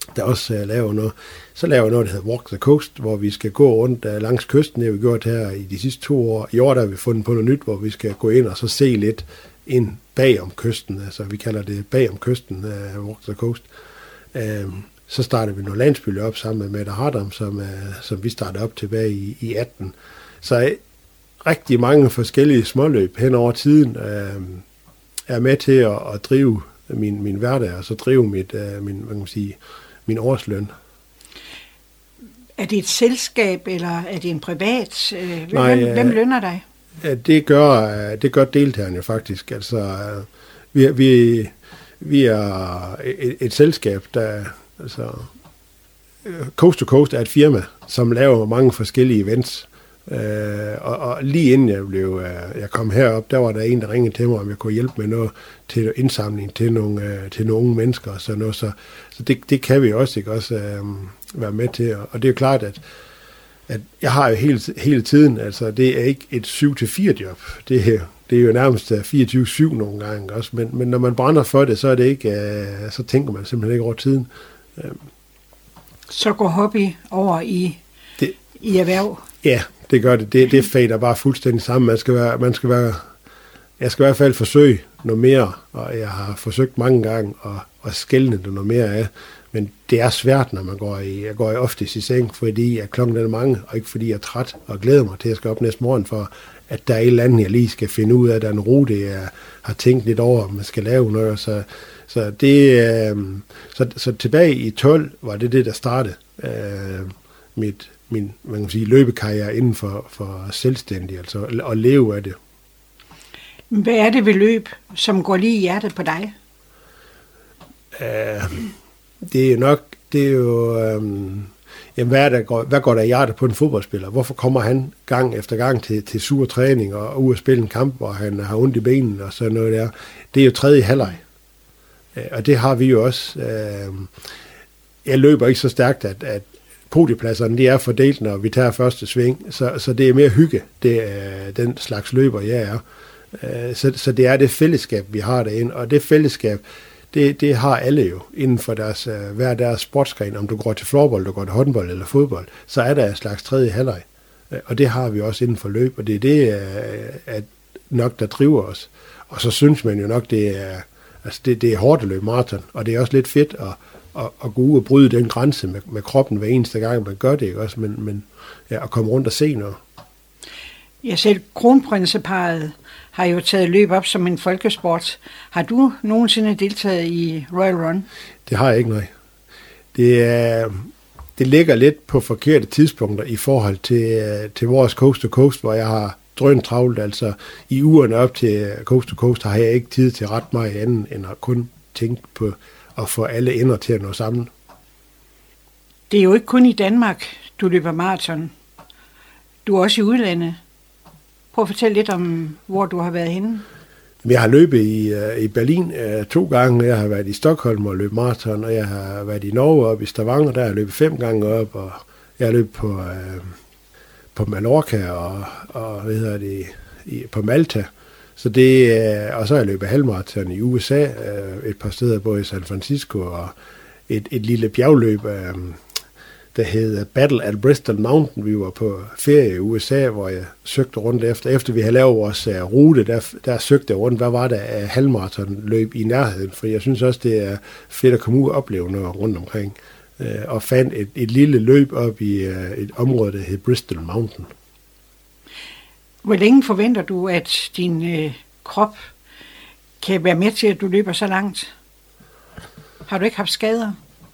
Speaker 2: der også laver noget. Så laver jeg noget, der hedder Walk the Coast, hvor vi skal gå rundt langs kysten. Det har vi gjort her i de sidste 2 år. I år der har vi fundet på noget nyt, hvor vi skal gå ind og så se lidt ind bag om kysten. Altså vi kalder det bag om kysten, Walk the Coast. Så startede vi noget landsbyløb op sammen med Mette Hardam, som vi startede op tilbage i 18. Så rigtig mange forskellige småløb hen over tiden er med til at drive min hverdag, og så drive min årsløn.
Speaker 1: Er det et selskab, eller er det en privat? Hvem lønner dig?
Speaker 2: Det gør deltagerne jo faktisk. Altså, vi er et selskab, der... Altså, Coast to Coast er et firma, som laver mange forskellige events. Og lige inden jeg kom herop, der var der en, der ringede til mig, om jeg kunne hjælpe med noget til indsamling til nogle unge mennesker og sådan noget. Så det kan vi også, ikke også være med til. Og det er jo klart, at jeg har jo hele tiden, altså det er ikke et 7-4 job. Det er jo nærmest 24/7 nogle gange også. Men når man brænder for det, så er det ikke, så tænker man simpelthen ikke over tiden.
Speaker 1: Så går hobby over i erhverv? Ja,
Speaker 2: det gør det. Det fader bare fuldstændig sammen. Jeg skal i hvert fald forsøge noget mere, og jeg har forsøgt mange gange at skelne det noget mere af. Men det er svært, når man jeg går oftest i seng, fordi klokken er mange, og ikke fordi jeg er træt og glæder mig til, at jeg skal op næste morgen, for at der er et eller andet, jeg lige skal finde ud af. Der er en rute, jeg har tænkt lidt over, om man skal lave noget. Så tilbage i 12 var det, der startede min man kan sige, løbekarriere inden for selvstændig, altså at leve af det.
Speaker 1: Hvad er det ved løb, som går lige i hjertet på dig?
Speaker 2: Det er jo hvad går der i hjertet på en fodboldspiller? Hvorfor kommer han gang efter gang til sur træning og ud at spille en kamp, hvor han har ondt i benene og sådan noget der? Det er jo tredje halvleg. Og det har vi jo også. Jeg løber ikke så stærkt, at podiepladserne de er fordelt, når vi tager første sving, så det er mere hygge, det er den slags løber, jeg er. Så det er det fællesskab, vi har derinde, og det fællesskab, det har alle jo inden for hver deres sportsgren. Om du går til floorball, du går til håndbold eller fodbold, så er der en slags tredje halvleg. Og det har vi også inden for løb, og det er det nok, der driver os. Og så synes man jo nok, det er hårdt at løbe maraton, og det er også lidt fedt at gå ud og bryde den grænse med kroppen hver eneste gang, man gør det, ikke også? Men at komme rundt og se noget.
Speaker 1: Ja, selv kronprinseparret har jo taget løb op som en folkesport. Har du nogensinde deltaget i Royal Run?
Speaker 2: Det har jeg ikke, nej. Det ligger lidt på forkerte tidspunkter i forhold til vores Coast to Coast, hvor jeg har drønt travlt. Altså i ugerne op til Coast to Coast har jeg ikke tid til ret meget andet, end at kun tænke på at få alle ender til at nå sammen.
Speaker 1: Det er jo ikke kun i Danmark, du løber maraton. Du er også i udlandet. Prøv at fortælle lidt om, hvor du har været henne.
Speaker 2: Jeg har løbet i Berlin 2 gange. Jeg har været i Stockholm og løbet maraton, og jeg har været i Norge og i Stavanger. Der har jeg løbet 5 gange op, og jeg har løbet på Mallorca og på Malta. Så og så har jeg løbet halvmaraton i USA, et par steder, både i San Francisco og et lille bjergløb, der hed Battle at Bristol Mountain. Vi var på ferie i USA, hvor jeg søgte rundt efter vi havde lavet vores rute, der søgte jeg rundt, hvad var der af halvmaratonløb i nærheden, for jeg synes også, det er fedt at komme ud og opleve noget rundt omkring, og fandt et lille løb op i et område, der hed Bristol Mountain.
Speaker 1: Hvor længe forventer du, at din krop kan være med til, at du løber så langt? Har du ikke haft skader?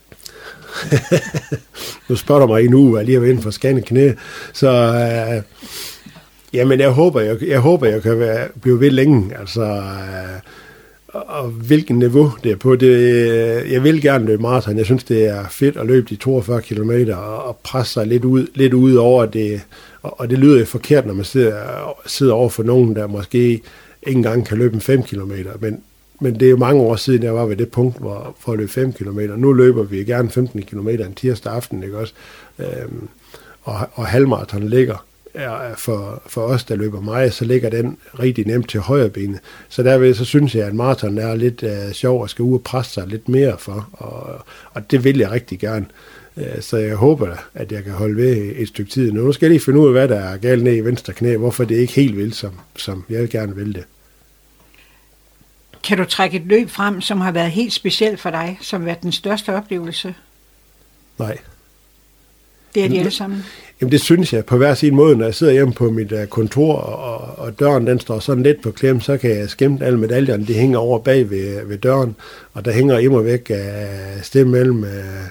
Speaker 2: Nu spørger du mig i en uge, jeg lige har været inde for scanne knæ, så jamen jeg håber, jeg kan blive ved længe, altså, og hvilken niveau det er på. Jeg vil gerne løbe maraton. Jeg synes, det er fedt at løbe de 42 kilometer og presse sig lidt ud over det, og det lyder jo forkert, når man sidder over for nogen, der måske ikke engang kan løbe 5 kilometer, men det er jo mange år siden, jeg var ved det punkt, hvor for at løbe 5 kilometer. Nu løber vi gerne 15 kilometer en tirsdag aften, ikke også? Og halvmaraton ligger for os, der løber meget, så ligger den rigtig nemt til højre benet. Så derved så synes jeg, at maraton er lidt sjov og skal ud og presse sig lidt mere for, og det vil jeg rigtig gerne. Så jeg håber, at jeg kan holde ved et stykke tid nu. Nu skal jeg lige finde ud af, hvad der er galt ned i venstre knæ, hvorfor det ikke helt vil, som jeg gerne vil det.
Speaker 1: Kan du trække et løb frem, som har været helt specielt for dig, som har været den største oplevelse?
Speaker 2: Nej.
Speaker 1: Det er de alle sammen?
Speaker 2: Jamen det synes jeg på hver sin måde, når jeg sidder hjemme på mit kontor, og døren den står sådan lidt på klem, så kan jeg skimte alle medaljerne, de hænger over bag ved døren, og der hænger immer væk sted mellem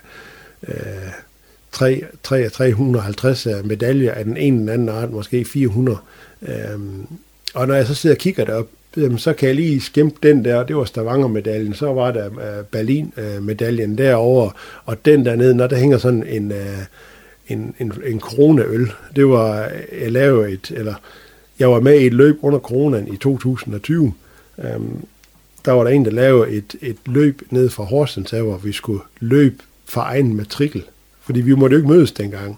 Speaker 2: 350 medaljer af den ene eller anden art, måske 400. Og når jeg så sidder og kigger derop, så kan jeg lige skimpe den der, det var Stavanger-medaljen, så var der Berlin-medaljen derovre, og den dernede, når der hænger sådan en coronaøl. Det var, jeg var med i et løb under coronaen i 2020. Der var der en, der lavede et løb ned fra Horsens, hvor vi skulle løbe for egen matrikel, fordi vi måtte jo ikke mødes dengang.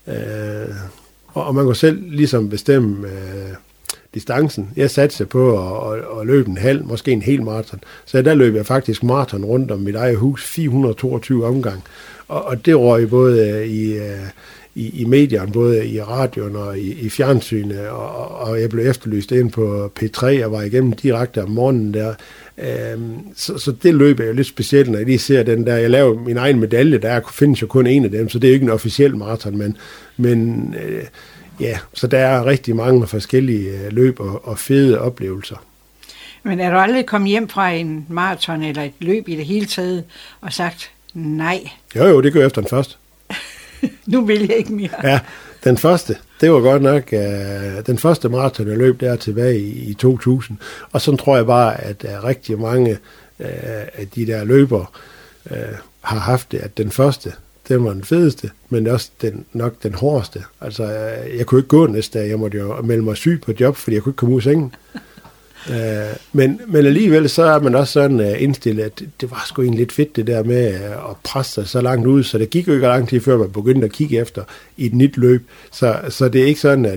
Speaker 2: Og man kunne selv ligesom bestemme distancen. Jeg satte på at løbe en halv, måske en hel maraton. Så der løb jeg faktisk maraton rundt om mit eget hus, 422 omgang. Og det røg både i medierne, både i radioen og i fjernsynet, og jeg blev efterlyst ind på P3, og var igennem direkte om morgenen der. Så det løb er jo lidt specielt, når jeg lige ser den der. Jeg laver min egen medalje, der findes jo kun en af dem, så det er ikke en officiel maraton, men ja, så der er rigtig mange forskellige løb og fede oplevelser. Men
Speaker 1: er du aldrig kommet hjem fra en maraton eller et løb i det hele taget og sagt nej?
Speaker 2: Jo, det gør jeg efter den første.
Speaker 1: Nu vil jeg ikke mere.
Speaker 2: Ja, den første, det var godt nok den første maraton, jeg løb der tilbage i 2000. Og så tror jeg bare, at rigtig mange af de der løbere har haft det, at den første, den var den fedeste, men også nok den hårdeste. Altså, jeg kunne ikke gå næste dag. Jeg måtte jo melde mig syg på job, fordi jeg kunne ikke komme ud af sengen. Men alligevel så er man også sådan indstillet, at det var sgu egentlig lidt fedt det der med at presse sig så langt ud, så det gik jo ikke lang tid før man begyndte at kigge efter i et nyt løb. Så det er ikke sådan,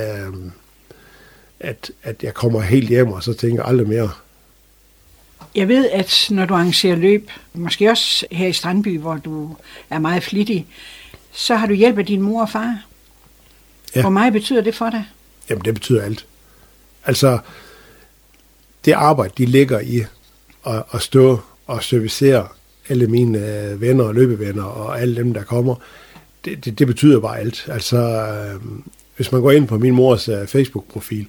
Speaker 2: at jeg kommer helt hjem og så tænker aldrig mere.
Speaker 1: Jeg ved, at når du arrangerer løb, måske også her i Strandby, hvor du er meget flittig, så har du hjælp af din mor og far. Ja. Hvor meget betyder det for dig?
Speaker 2: Jamen, det betyder alt. Altså, det arbejde, de ligger i at stå og servicere alle mine venner og løbevenner og alle dem, der kommer, det betyder bare alt. Altså, hvis man går ind på min mors Facebook-profil,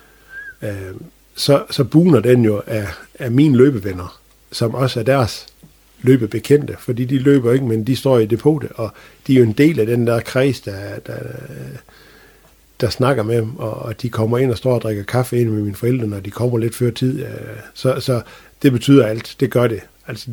Speaker 2: så buner den jo af mine løbevenner, som også er deres løbebekendte, fordi de løber ikke, men de står i depotet, og de er jo en del af den der kreds, der snakker med dem, og de kommer ind og står og drikker kaffe ind med mine forældre, når de kommer lidt før tid. Så det betyder alt. Det gør det. Altså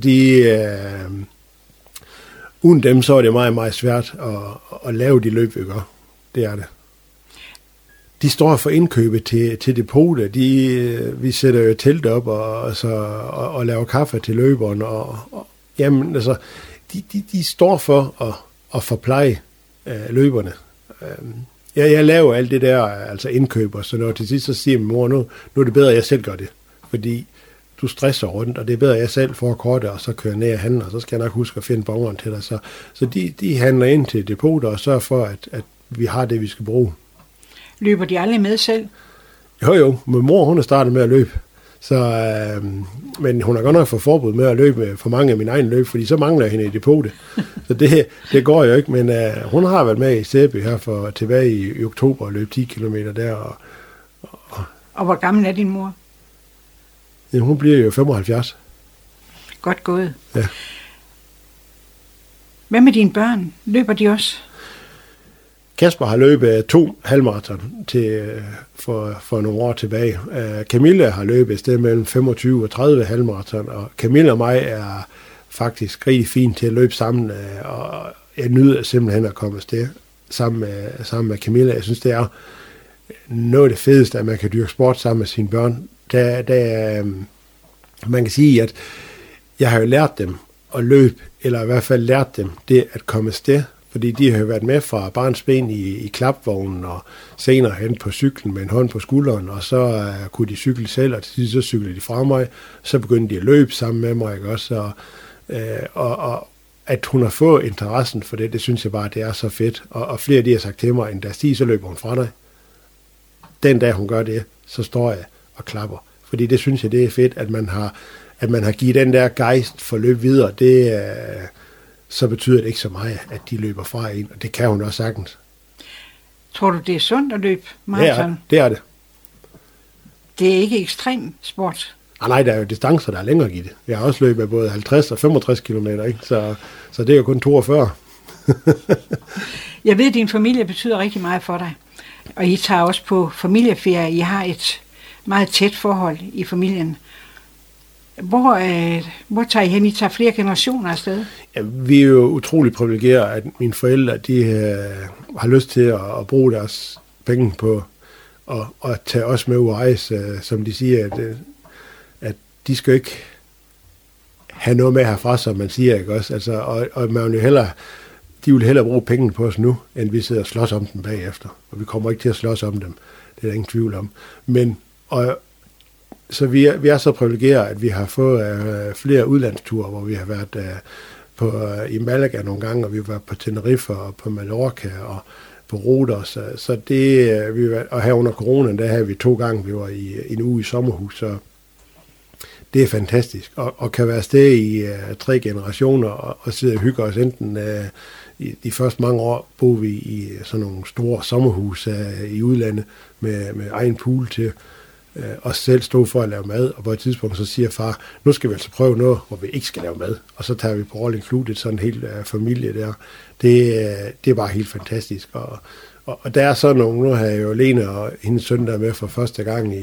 Speaker 2: uden dem, så er det meget, meget svært at lave de løb, vi gør. Det er det. De står for indkøbet til depotet. Vi sætter jo telt op og laver kaffe til løberen. Jamen, altså, de står for at forpleje løberne. Jeg laver alt det der, altså indkøb og sådan noget. Til sidst så siger min mor, nu er det bedre, at jeg selv gør det. Fordi du stresser rundt, og det er bedre, at jeg selv får kortet, og så kører ned og handler, og så skal jeg nok huske at finde bongeren til dig. Så de handler ind til depoter og sørger for, at vi har det, vi skal bruge.
Speaker 1: Løber de aldrig med selv?
Speaker 2: Jo. Min mor, hun er startet med at løbe. Men hun har godt nok fået forbud med at løbe for mange af mine egne løb, fordi så mangler jeg hende i depotet. Så det går jo ikke, men hun har været med i Sæby her tilbage i oktober og løb 10 kilometer der.
Speaker 1: Og hvor gammel er din mor?
Speaker 2: Ja, hun bliver jo 75.
Speaker 1: Godt gået.
Speaker 2: Ja.
Speaker 1: Hvad med dine børn? Løber de også?
Speaker 2: Kasper har løbet 2 halvmaraton for nogle år tilbage. Camilla har løbet et sted mellem 25 og 30 halvmaraton, og Camilla og mig er faktisk rigtig fint til at løbe sammen, og jeg nyder simpelthen at komme afsted sammen med Camilla. Jeg synes, det er noget af det fedeste, at man kan dyrke sport sammen med sine børn. Man kan sige, at jeg har jo lært dem at løbe, eller i hvert fald lært dem det at komme afsted Fordi de har været med fra barnsben i klapvognen og senere hen på cyklen med en hånd på skulderen, og så kunne de cykle selv, og til sidst så cyklede de fra mig. Så begyndte de at løbe sammen med mig, ikke også? Og at hun har fået interessen for det synes jeg bare, det er så fedt. Og flere af de har sagt til mig, at da Stig, så løber hun fra dig. Den dag hun gør det, så står jeg og klapper. Fordi det synes jeg, det er fedt, at man har givet den der gejst for løb videre. Så betyder det ikke så meget, at de løber fra en, og det kan hun også sagtens.
Speaker 1: Tror du, det er sundt at løbe maraton?
Speaker 2: Ja, det er det.
Speaker 1: Det er ikke ekstrem sport?
Speaker 2: Nej, der er jo distancer, der er længere i det. Jeg har også løbet både 50 og 65 kilometer, ikke? Så det er jo kun 42.
Speaker 1: Jeg ved, at din familie betyder rigtig meget for dig, og I tager også på familieferie. I har et meget tæt forhold i familien. Hvor tager I hen? I tager flere generationer afsted? Ja,
Speaker 2: vi er jo utrolig privilegerede, at mine forældre de har lyst til at bruge deres penge på at tage os med ud og rejse, som de siger, at de skal ikke have noget med herfra, som man siger, ikke også? Altså, og man de vil hellere bruge pengene på os nu, end vi sidder og slås om dem bagefter. Og vi kommer ikke til at slås om dem. Det er der ingen tvivl om. Så vi er så privilegerede, at vi har fået flere udlandsture, hvor vi har været i Malaga nogle gange, og vi var på Tenerife og på Mallorca og på Rhodos. Så det, og her under coronaen, der havde vi 2 gange, vi var i en uge i sommerhus, så det er fantastisk. Og kan være afsted i 3 generationer og sidde og hygge os. Enten de første mange år boede vi i sådan nogle store sommerhus i udlandet med egen pool til og selv stå for at lave mad, og på et tidspunkt så siger far, nu skal vi altså prøve noget, hvor vi ikke skal lave mad, og så tager vi på all included sådan en hel familie der. Det er bare helt fantastisk, og der er så nogle, nu har jeg jo Lene og hendes søn der med for første gang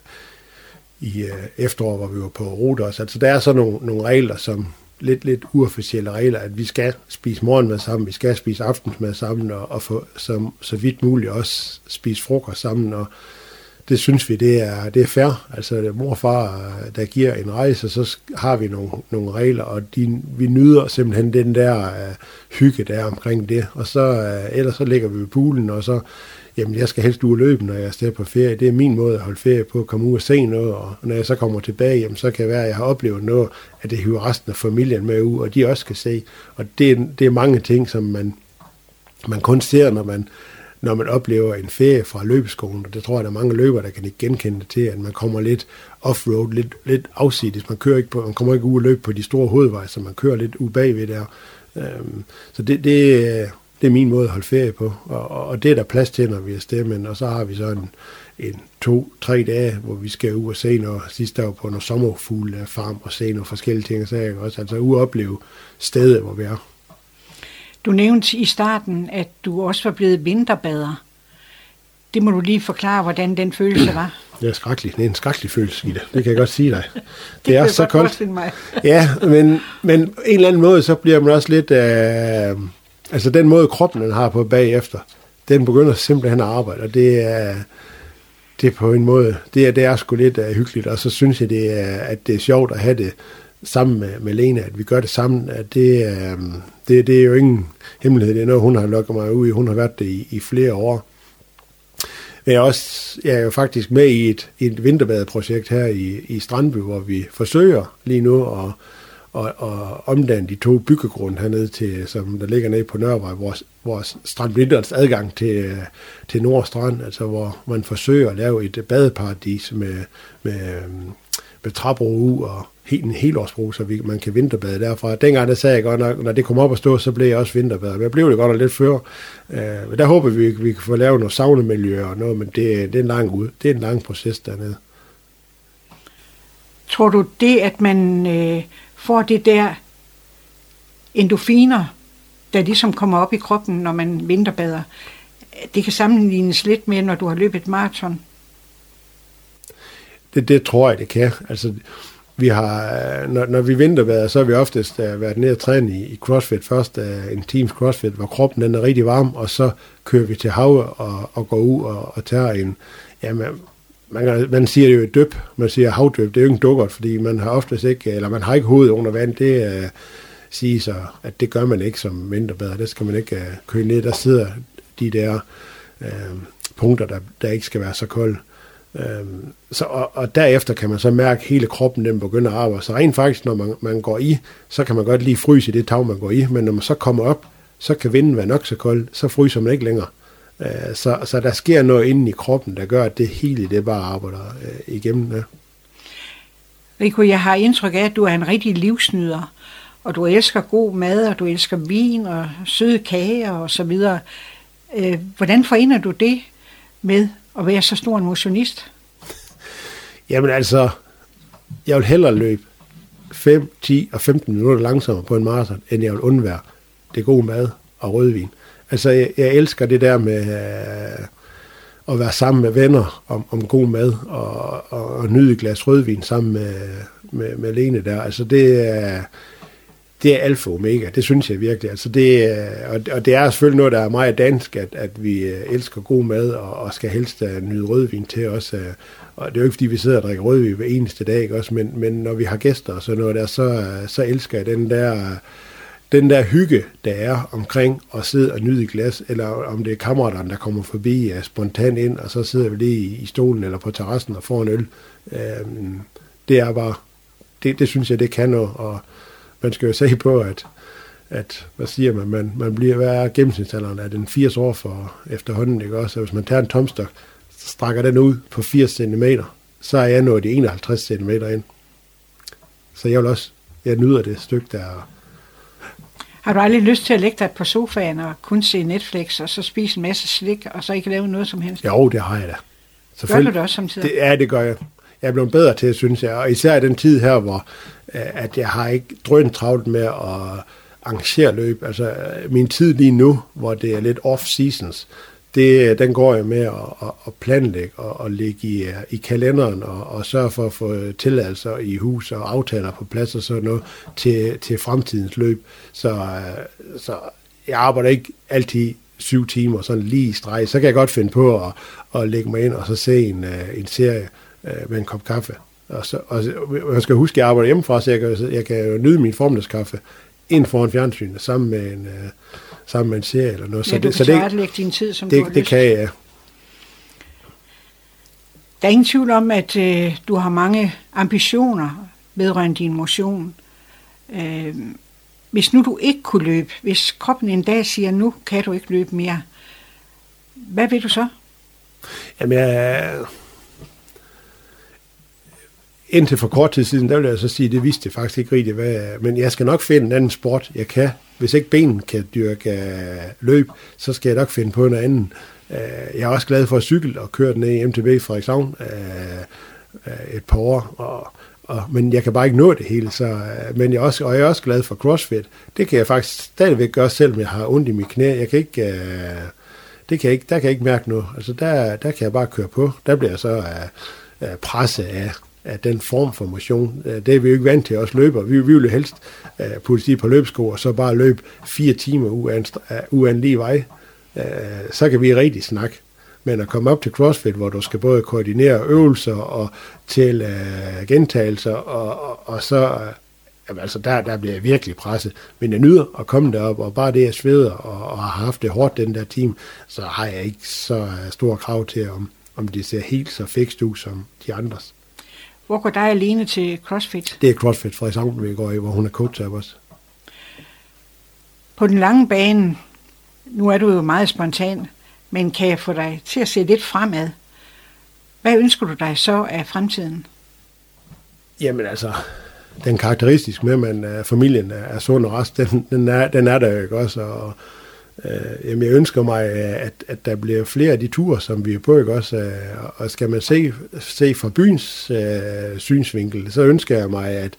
Speaker 2: i efterår, hvor vi var på Rhodos, altså der er så nogle regler, som lidt uofficielle regler, at vi skal spise morgenmad sammen, vi skal spise aftensmad sammen, og få så vidt muligt også spise frokost sammen, og det synes vi, det er fair. Altså mor og far, der giver en rejse, så har vi nogle regler, og vi nyder simpelthen den der hygge, der er omkring det. Og så ellers så ligger vi ved poolen, og så, jamen jeg skal helst ud og løbe, når jeg er afsted på ferie. Det er min måde at holde ferie på, at komme ud og se noget, og når jeg så kommer tilbage, jamen så kan det være, at jeg har oplevet noget, at det hiver resten af familien med ud, og de også skal se. Og det er mange ting, som man kun ser, når man oplever en ferie fra løbeskolen, og det tror jeg, der er mange løbere, der kan ikke genkende det til, at man kommer lidt off-road, lidt afsides. Man kommer ikke ud og løbe på de store hovedveje, så man kører lidt ude bagved der. Så det er min måde at holde ferie på, og det er der plads til, når vi er afsted, men og så har vi så en 2-3 dage, hvor vi skal ud og se noget, sidste år på noget sommerfuglefarm og se nogle forskellige ting, så jeg også altså ud og opleve stedet, hvor vi er.
Speaker 1: Du nævnte i starten, at du også var blevet vinterbader. Det må du lige forklare, hvordan den følelse var.
Speaker 2: Det er skrækkeligt. Det er en skrækkelig følelse i det. Det kan jeg godt sige dig. Det er så koldt.
Speaker 1: Mig.
Speaker 2: Ja, men en eller anden måde, så bliver man også lidt... altså den måde, kroppen den har på bagefter, den begynder simpelthen at arbejde, og det er på en måde... Det er sgu lidt hyggeligt, og så synes jeg, at det er sjovt at have det sammen med Lene, at vi gør det sammen, at det er jo ingen hemmelighed. Det er noget, hun har lukket mig ud i. Hun har været det i flere år. Jeg er jo faktisk med i et vinterbadeprojekt her i Strandby, hvor vi forsøger lige nu at omdanne de 2 byggegrunde hernede til, som der ligger nede på Nørrevej, vores Strandblinderens adgang til Nordstrand, altså hvor man forsøger at lave et badeparadis med trapbro og en helårsbro, så man kan vinterbade derfra. Dengang der sagde jeg godt nok, når det kom op at stå, så blev jeg også vinterbader. Men jeg blev det godt nok lidt før. Men der håber vi kan få lavet noget saunamiljø og noget, men det er en lang proces dernede.
Speaker 1: Tror du det, at man får det der endorfiner, der ligesom kommer op i kroppen, når man vinterbader, det kan sammenlignes lidt med, når du har løbet et maraton?
Speaker 2: Det tror jeg, det kan. Altså, vi har, når vi vinterbader, så har vi oftest været nede og træne i CrossFit først, en teams CrossFit, hvor kroppen den er rigtig varm, og så kører vi til havet og går ud og tager en, ja, man siger det jo et dyb, man siger havdyb, det er jo ikke en dukkert, fordi man har oftest ikke, eller man har ikke hovedet under vand, sige så, at det gør man ikke som vinterbader. Det skal man ikke køle ned. Der sidder de der punkter, der ikke skal være så kolde. Og derefter kan man så mærke, at hele kroppen den begynder at arbejde. Så rent faktisk, når man går i, så kan man godt lige fryse i det tag, man går i, men når man så kommer op, så kan vinden være nok så kold, så fryser man ikke længere. Så der sker noget inde i kroppen, der gør, at det hele det bare arbejder igennem. Ja.
Speaker 1: Rico, jeg har indtryk af, at du er en rigtig livsnyder, og du elsker god mad, og du elsker vin og søde kager og så videre. Hvordan forener du det med at være så stor en motionist?
Speaker 2: Jamen altså, jeg vil hellere løbe 5, 10 og 15 minutter langsommere på en maraton, end jeg vil undvære det gode mad og rødvin. Altså, jeg elsker det der med at være sammen med venner om god mad og nyde et glas rødvin sammen med Lene der. Altså, det er alfa og omega, det synes jeg virkelig. Altså, og det er selvfølgelig noget, der er meget dansk, at vi elsker god mad og skal helst nyde rødvin til os. Og det er jo ikke, fordi vi sidder og drikker rødvin hver eneste dag, ikke også? Men når vi har gæster og sådan noget der, så elsker jeg den der hygge, der er omkring at sidde og nyde et glas, eller om det er kammeraterne, der kommer forbi spontant ind, og så sidder vi lige i stolen eller på terrassen og får en øl. Det er bare, det synes jeg, det kan noget, og man skal jo se på, at hvad siger man bliver hver gennemsnitsalderen af den 80 år for efterhånden, ikke også? Så hvis man tager en tomstok, så strækker den ud på 80 cm, så er jeg nået de 51 cm ind. Så jeg nyder det stykke der.
Speaker 1: Har du aldrig lyst til at lægge dig på sofaen og kun se Netflix, og så spise en masse slik, og så ikke lave noget som helst?
Speaker 2: Jo, det har jeg da.
Speaker 1: Gør du det også samtidig?
Speaker 2: Ja, det gør jeg. Jeg er blevet bedre til, synes jeg. Og især i den tid her, hvor at jeg har ikke drønt travlt med at arrangere løb. Altså, min tid lige nu, hvor det er lidt off-seasons, den går jeg med at planlægge og lægge i kalenderen og sørge for at få tilladelser i hus og aftaler på plads og sådan noget til fremtidens løb. Så jeg arbejder ikke altid 7 timer sådan lige i streg. Så kan jeg godt finde på at lægge mig ind og så se en serie med en kop kaffe. Og jeg skal huske, at jeg arbejder hjemmefra, så jeg kan jo nyde min formiddagskaffe ind foran fjernsynet sammen med en serie eller noget.
Speaker 1: Ja, så du kan lægge din tid, som du har lyst.
Speaker 2: Det kan jeg, ja.
Speaker 1: Der er ingen tvivl om, at du har mange ambitioner vedrørende din motion. Hvis nu du ikke kunne løbe, hvis kroppen en dag siger, nu kan du ikke løbe mere, hvad vil du så?
Speaker 2: Jamen, indtil for kort tid siden, der vil jeg så sige, det vidste jeg faktisk ikke rigtigt, men jeg skal nok finde en anden sport, jeg kan. Hvis ikke benen kan dyrke løb, så skal jeg nok finde på noget andet. Jeg er også glad for at cykle og køre den ned i MTB i Frederikshavn et par år, men jeg kan bare ikke nå det hele. Men jeg er også glad for CrossFit. Det kan jeg faktisk stadigvæk gøre, selvom jeg har ondt i mine knæ. Der kan jeg ikke mærke noget. Altså der kan jeg bare køre på. Der bliver jeg så presset af den form for motion. Det er vi jo ikke vant til os løber. Vi vil jo helst putte på løbesko og så bare løbe 4 timer uandelig vej. Så kan vi rigtig snakke. Men at komme op til CrossFit, hvor du skal både koordinere øvelser og til gentagelser, og så altså der bliver jeg virkelig presset. Men jeg nyder at komme derop, og bare det jeg sveder og har haft det hårdt den der team, så har jeg ikke så store krav til, om det ser helt så fikst ud som de andres.
Speaker 1: Hvor går dig alene til CrossFit?
Speaker 2: Det er CrossFit Frederikshavn, vi går i, hvor hun er coach af os.
Speaker 1: På den lange bane, nu er du jo meget spontan, men kan jeg få dig til at se lidt fremad? Hvad ønsker du dig så af fremtiden? Jamen altså,
Speaker 2: den karakteristiske med, at familien er sund og rask, den er der jo ikke også. Og, jeg ønsker mig, at der bliver flere af de ture, som vi er på, ikke også. Og skal man se fra byens synsvinkel, så ønsker jeg mig,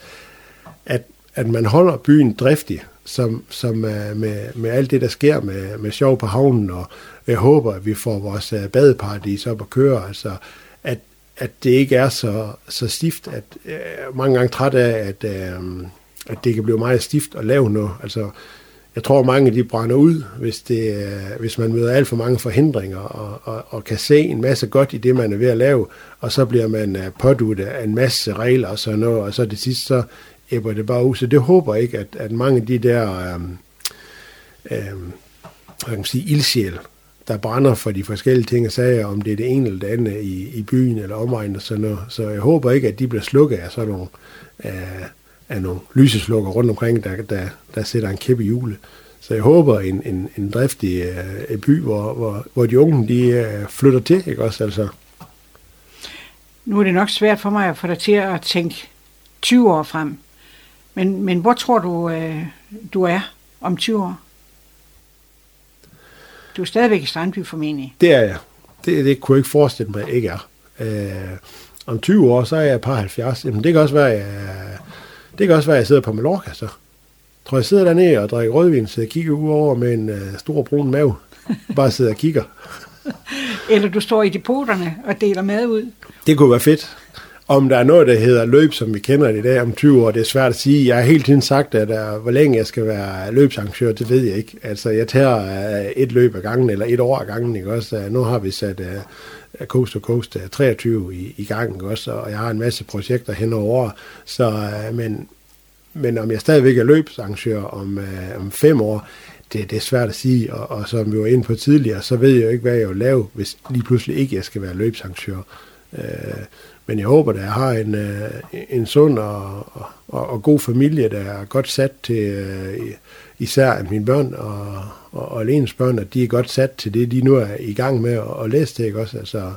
Speaker 2: at man holder byen driftig, som med alt det, der sker med sjov på havnen, og jeg håber, at vi får vores badeparadis op at køre, altså at det ikke er så stift, at mange gange træt af, at det kan blive meget stift at lave noget. Altså, jeg tror, mange de brænder ud, hvis man møder alt for mange forhindringer, og kan se en masse godt i det, man er ved at lave, og så bliver man påduttet af en masse regler og sådan noget, og så det sidste, så æbber det bare ud. Så det håber jeg ikke, at mange af de der hvad kan man sige, ildsjæl, der brænder for de forskellige ting og sager, om det er det ene eller det andet i byen eller omegnen og sådan noget. Så jeg håber ikke, at de bliver slukket af sådan nogle, af nogle lyseslukker rundt omkring, der sætter en kæp i hjulet. Så jeg håber en driftig by, hvor de unge de flytter til, ikke også? Altså.
Speaker 1: Nu er det nok svært for mig at få dig til at tænke 20 år frem. Men hvor tror du er om 20 år? Du er stadigvæk i Strandby formentlig.
Speaker 2: Det er jeg. Det kunne jeg ikke forestille mig, at jeg ikke er. Om 20 år, så er jeg par 70. Jamen, det kan også være, at jeg sidder på Mallorca, så. Jeg tror, jeg sidder dernede og drikker rødvin, så jeg kigger ud over med en stor brun mave. Bare sidder og kigger.
Speaker 1: Eller du står i depoterne og deler mad ud.
Speaker 2: Det kunne være fedt. Om der er noget, der hedder løb, som vi kender det i dag om 20 år, det er svært at sige. Jeg har hele tiden sagt, at hvor længe jeg skal være løbsarrangør, det ved jeg ikke. Altså, jeg tager et løb ad gangen, eller et år ad gangen, ikke også? Nu har vi sat Coast to Coast 23 i gang, ikke også? Og jeg har en masse projekter hen over år. Så, men om jeg stadigvæk er løbsarrangør om 5 år, det er svært at sige. Og som vi var inde på tidligere, så ved jeg jo ikke, hvad jeg vil lave, hvis lige pludselig ikke jeg skal være løbsarrangør. Men jeg håber, at jeg har en sund og god familie, der er godt sat til, især mine børn og Lenes børn, at de er godt sat til det, de nu er i gang med at læse det, ikke også? Altså,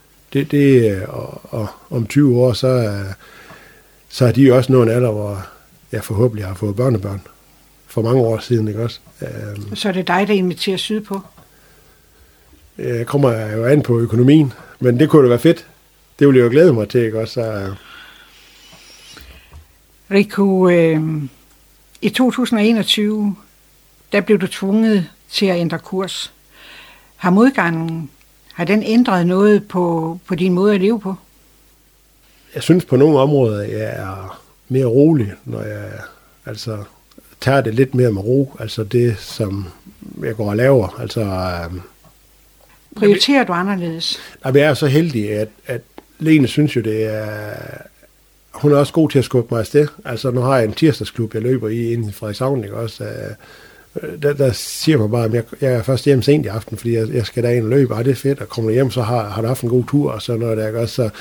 Speaker 2: og om 20 år, så er de også nået en alder, hvor jeg forhåbentlig har fået børnebørn for mange år siden, ikke også?
Speaker 1: Så er det dig, der inviterer sydpå?
Speaker 2: Jeg kommer jo an på økonomien, men det kunne da være fedt. Det ville jeg jo glæde mig til, ikke også?
Speaker 1: Rico, i 2021, der blev du tvunget til at ændre kurs. Har modgangen, har den ændret noget på din måde at leve på?
Speaker 2: Jeg synes på nogle områder, jeg er mere rolig, når jeg tager det lidt mere med ro. Altså det, som jeg går og laver. Altså,
Speaker 1: prioriterer du anderledes?
Speaker 2: Jeg er så heldig, at Lene synes jo, hun er også god til at skubbe mig afsted. Altså, nu har jeg en tirsdagsklub, jeg løber i inden i Frederikshavn, ikke også? Der siger man bare, at jeg er først hjemme sent i aften, fordi jeg skal derind og løbe, og det er fedt, og kommer hjem, så har du haft en god tur, og sådan noget der, ikke også?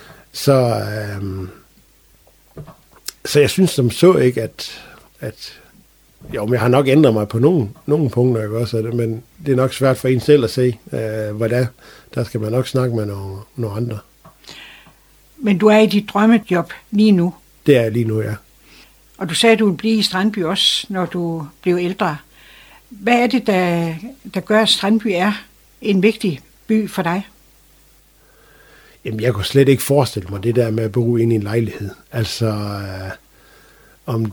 Speaker 2: Så jeg synes som så ikke, at jo, men jeg har nok ændret mig på nogle punkter, ikke også? Men det er nok svært for en selv at se, hvad der skal man nok snakke med nogle andre.
Speaker 1: Men du er i dit drømmejob lige nu?
Speaker 2: Det er jeg lige nu, ja.
Speaker 1: Og du sagde, at du vil blive i Strandby også, når du bliver ældre. Hvad er det, der gør, at Strandby er en vigtig by for dig?
Speaker 2: Jamen, jeg kunne slet ikke forestille mig det der med at bo inde i en lejlighed. Altså, om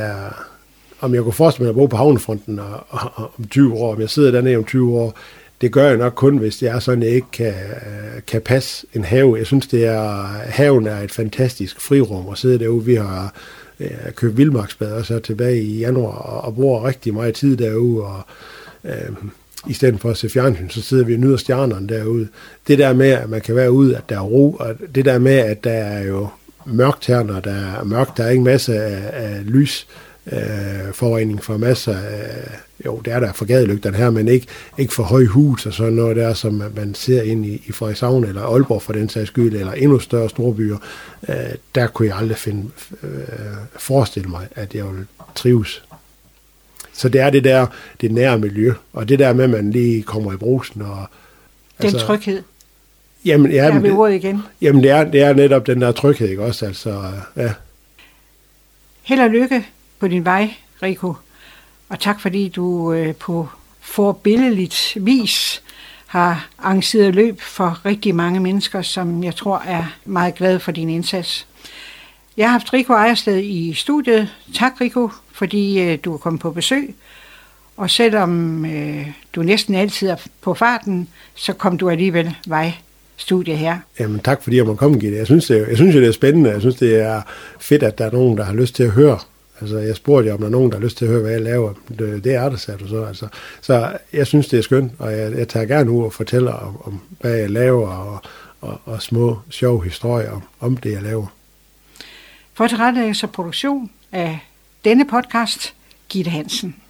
Speaker 2: jeg kunne forestille mig at bo på havnefronten om 20 år, om jeg sidder dernede om 20 år, det gør jeg nok kun, hvis det er sådan, at jeg ikke kan passe en have. Jeg synes, haven er et fantastisk frirum at sidde derude. Vi har købt vildmarksbad og så tilbage i januar og bruger rigtig meget tid derude. Og i stedet for at se fjernsyn, så sidder vi og nyder stjernerne derude. Det der med, at man kan være ude, at der er ro, og det der med, at der er jo mørkt her, når der er mørkt, der er ikke en masse af lys, forurening for masser af, jo, det er der for gadelygterne her, men ikke for høje hus og sådan noget der, som man ser ind i Frederikshavn eller Aalborg for den sags skyld, eller endnu større storbyer. Der kunne jeg aldrig forestille mig, at jeg ville trives. Så det er det nære miljø, og det der med, at man lige kommer i brusen. Og,
Speaker 1: den tryghed.
Speaker 2: Jamen, ja,
Speaker 1: der er vi ordet igen.
Speaker 2: Jamen, det er netop den der tryghed, ikke også? Altså, ja.
Speaker 1: Held og lykke på din vej, Rico. Og tak fordi du på forbilledligt vis har arrangeret løb for rigtig mange mennesker, som jeg tror er meget glade for din indsats. Jeg har haft Rico Ejersted i studiet. Tak, Rico, fordi du er kommet på besøg. Og selvom du næsten altid er på farten, så kom du alligevel studie her. Jamen
Speaker 2: tak fordi jeg måtte komme, Gitte. Jeg synes jo, det er spændende. Jeg synes, det er fedt, at der er nogen, der har lyst til at høre. Altså, jeg spurgte jo, om der er nogen, der har lyst til at høre, hvad jeg laver. Det er det, sagde du så. Altså, så jeg synes, det er skønt, og jeg tager gerne ud og fortæller om hvad jeg laver, og små, sjove historier om det, jeg laver.
Speaker 1: For tilrettelæggelse og produktion af denne podcast, Gitte Hansen.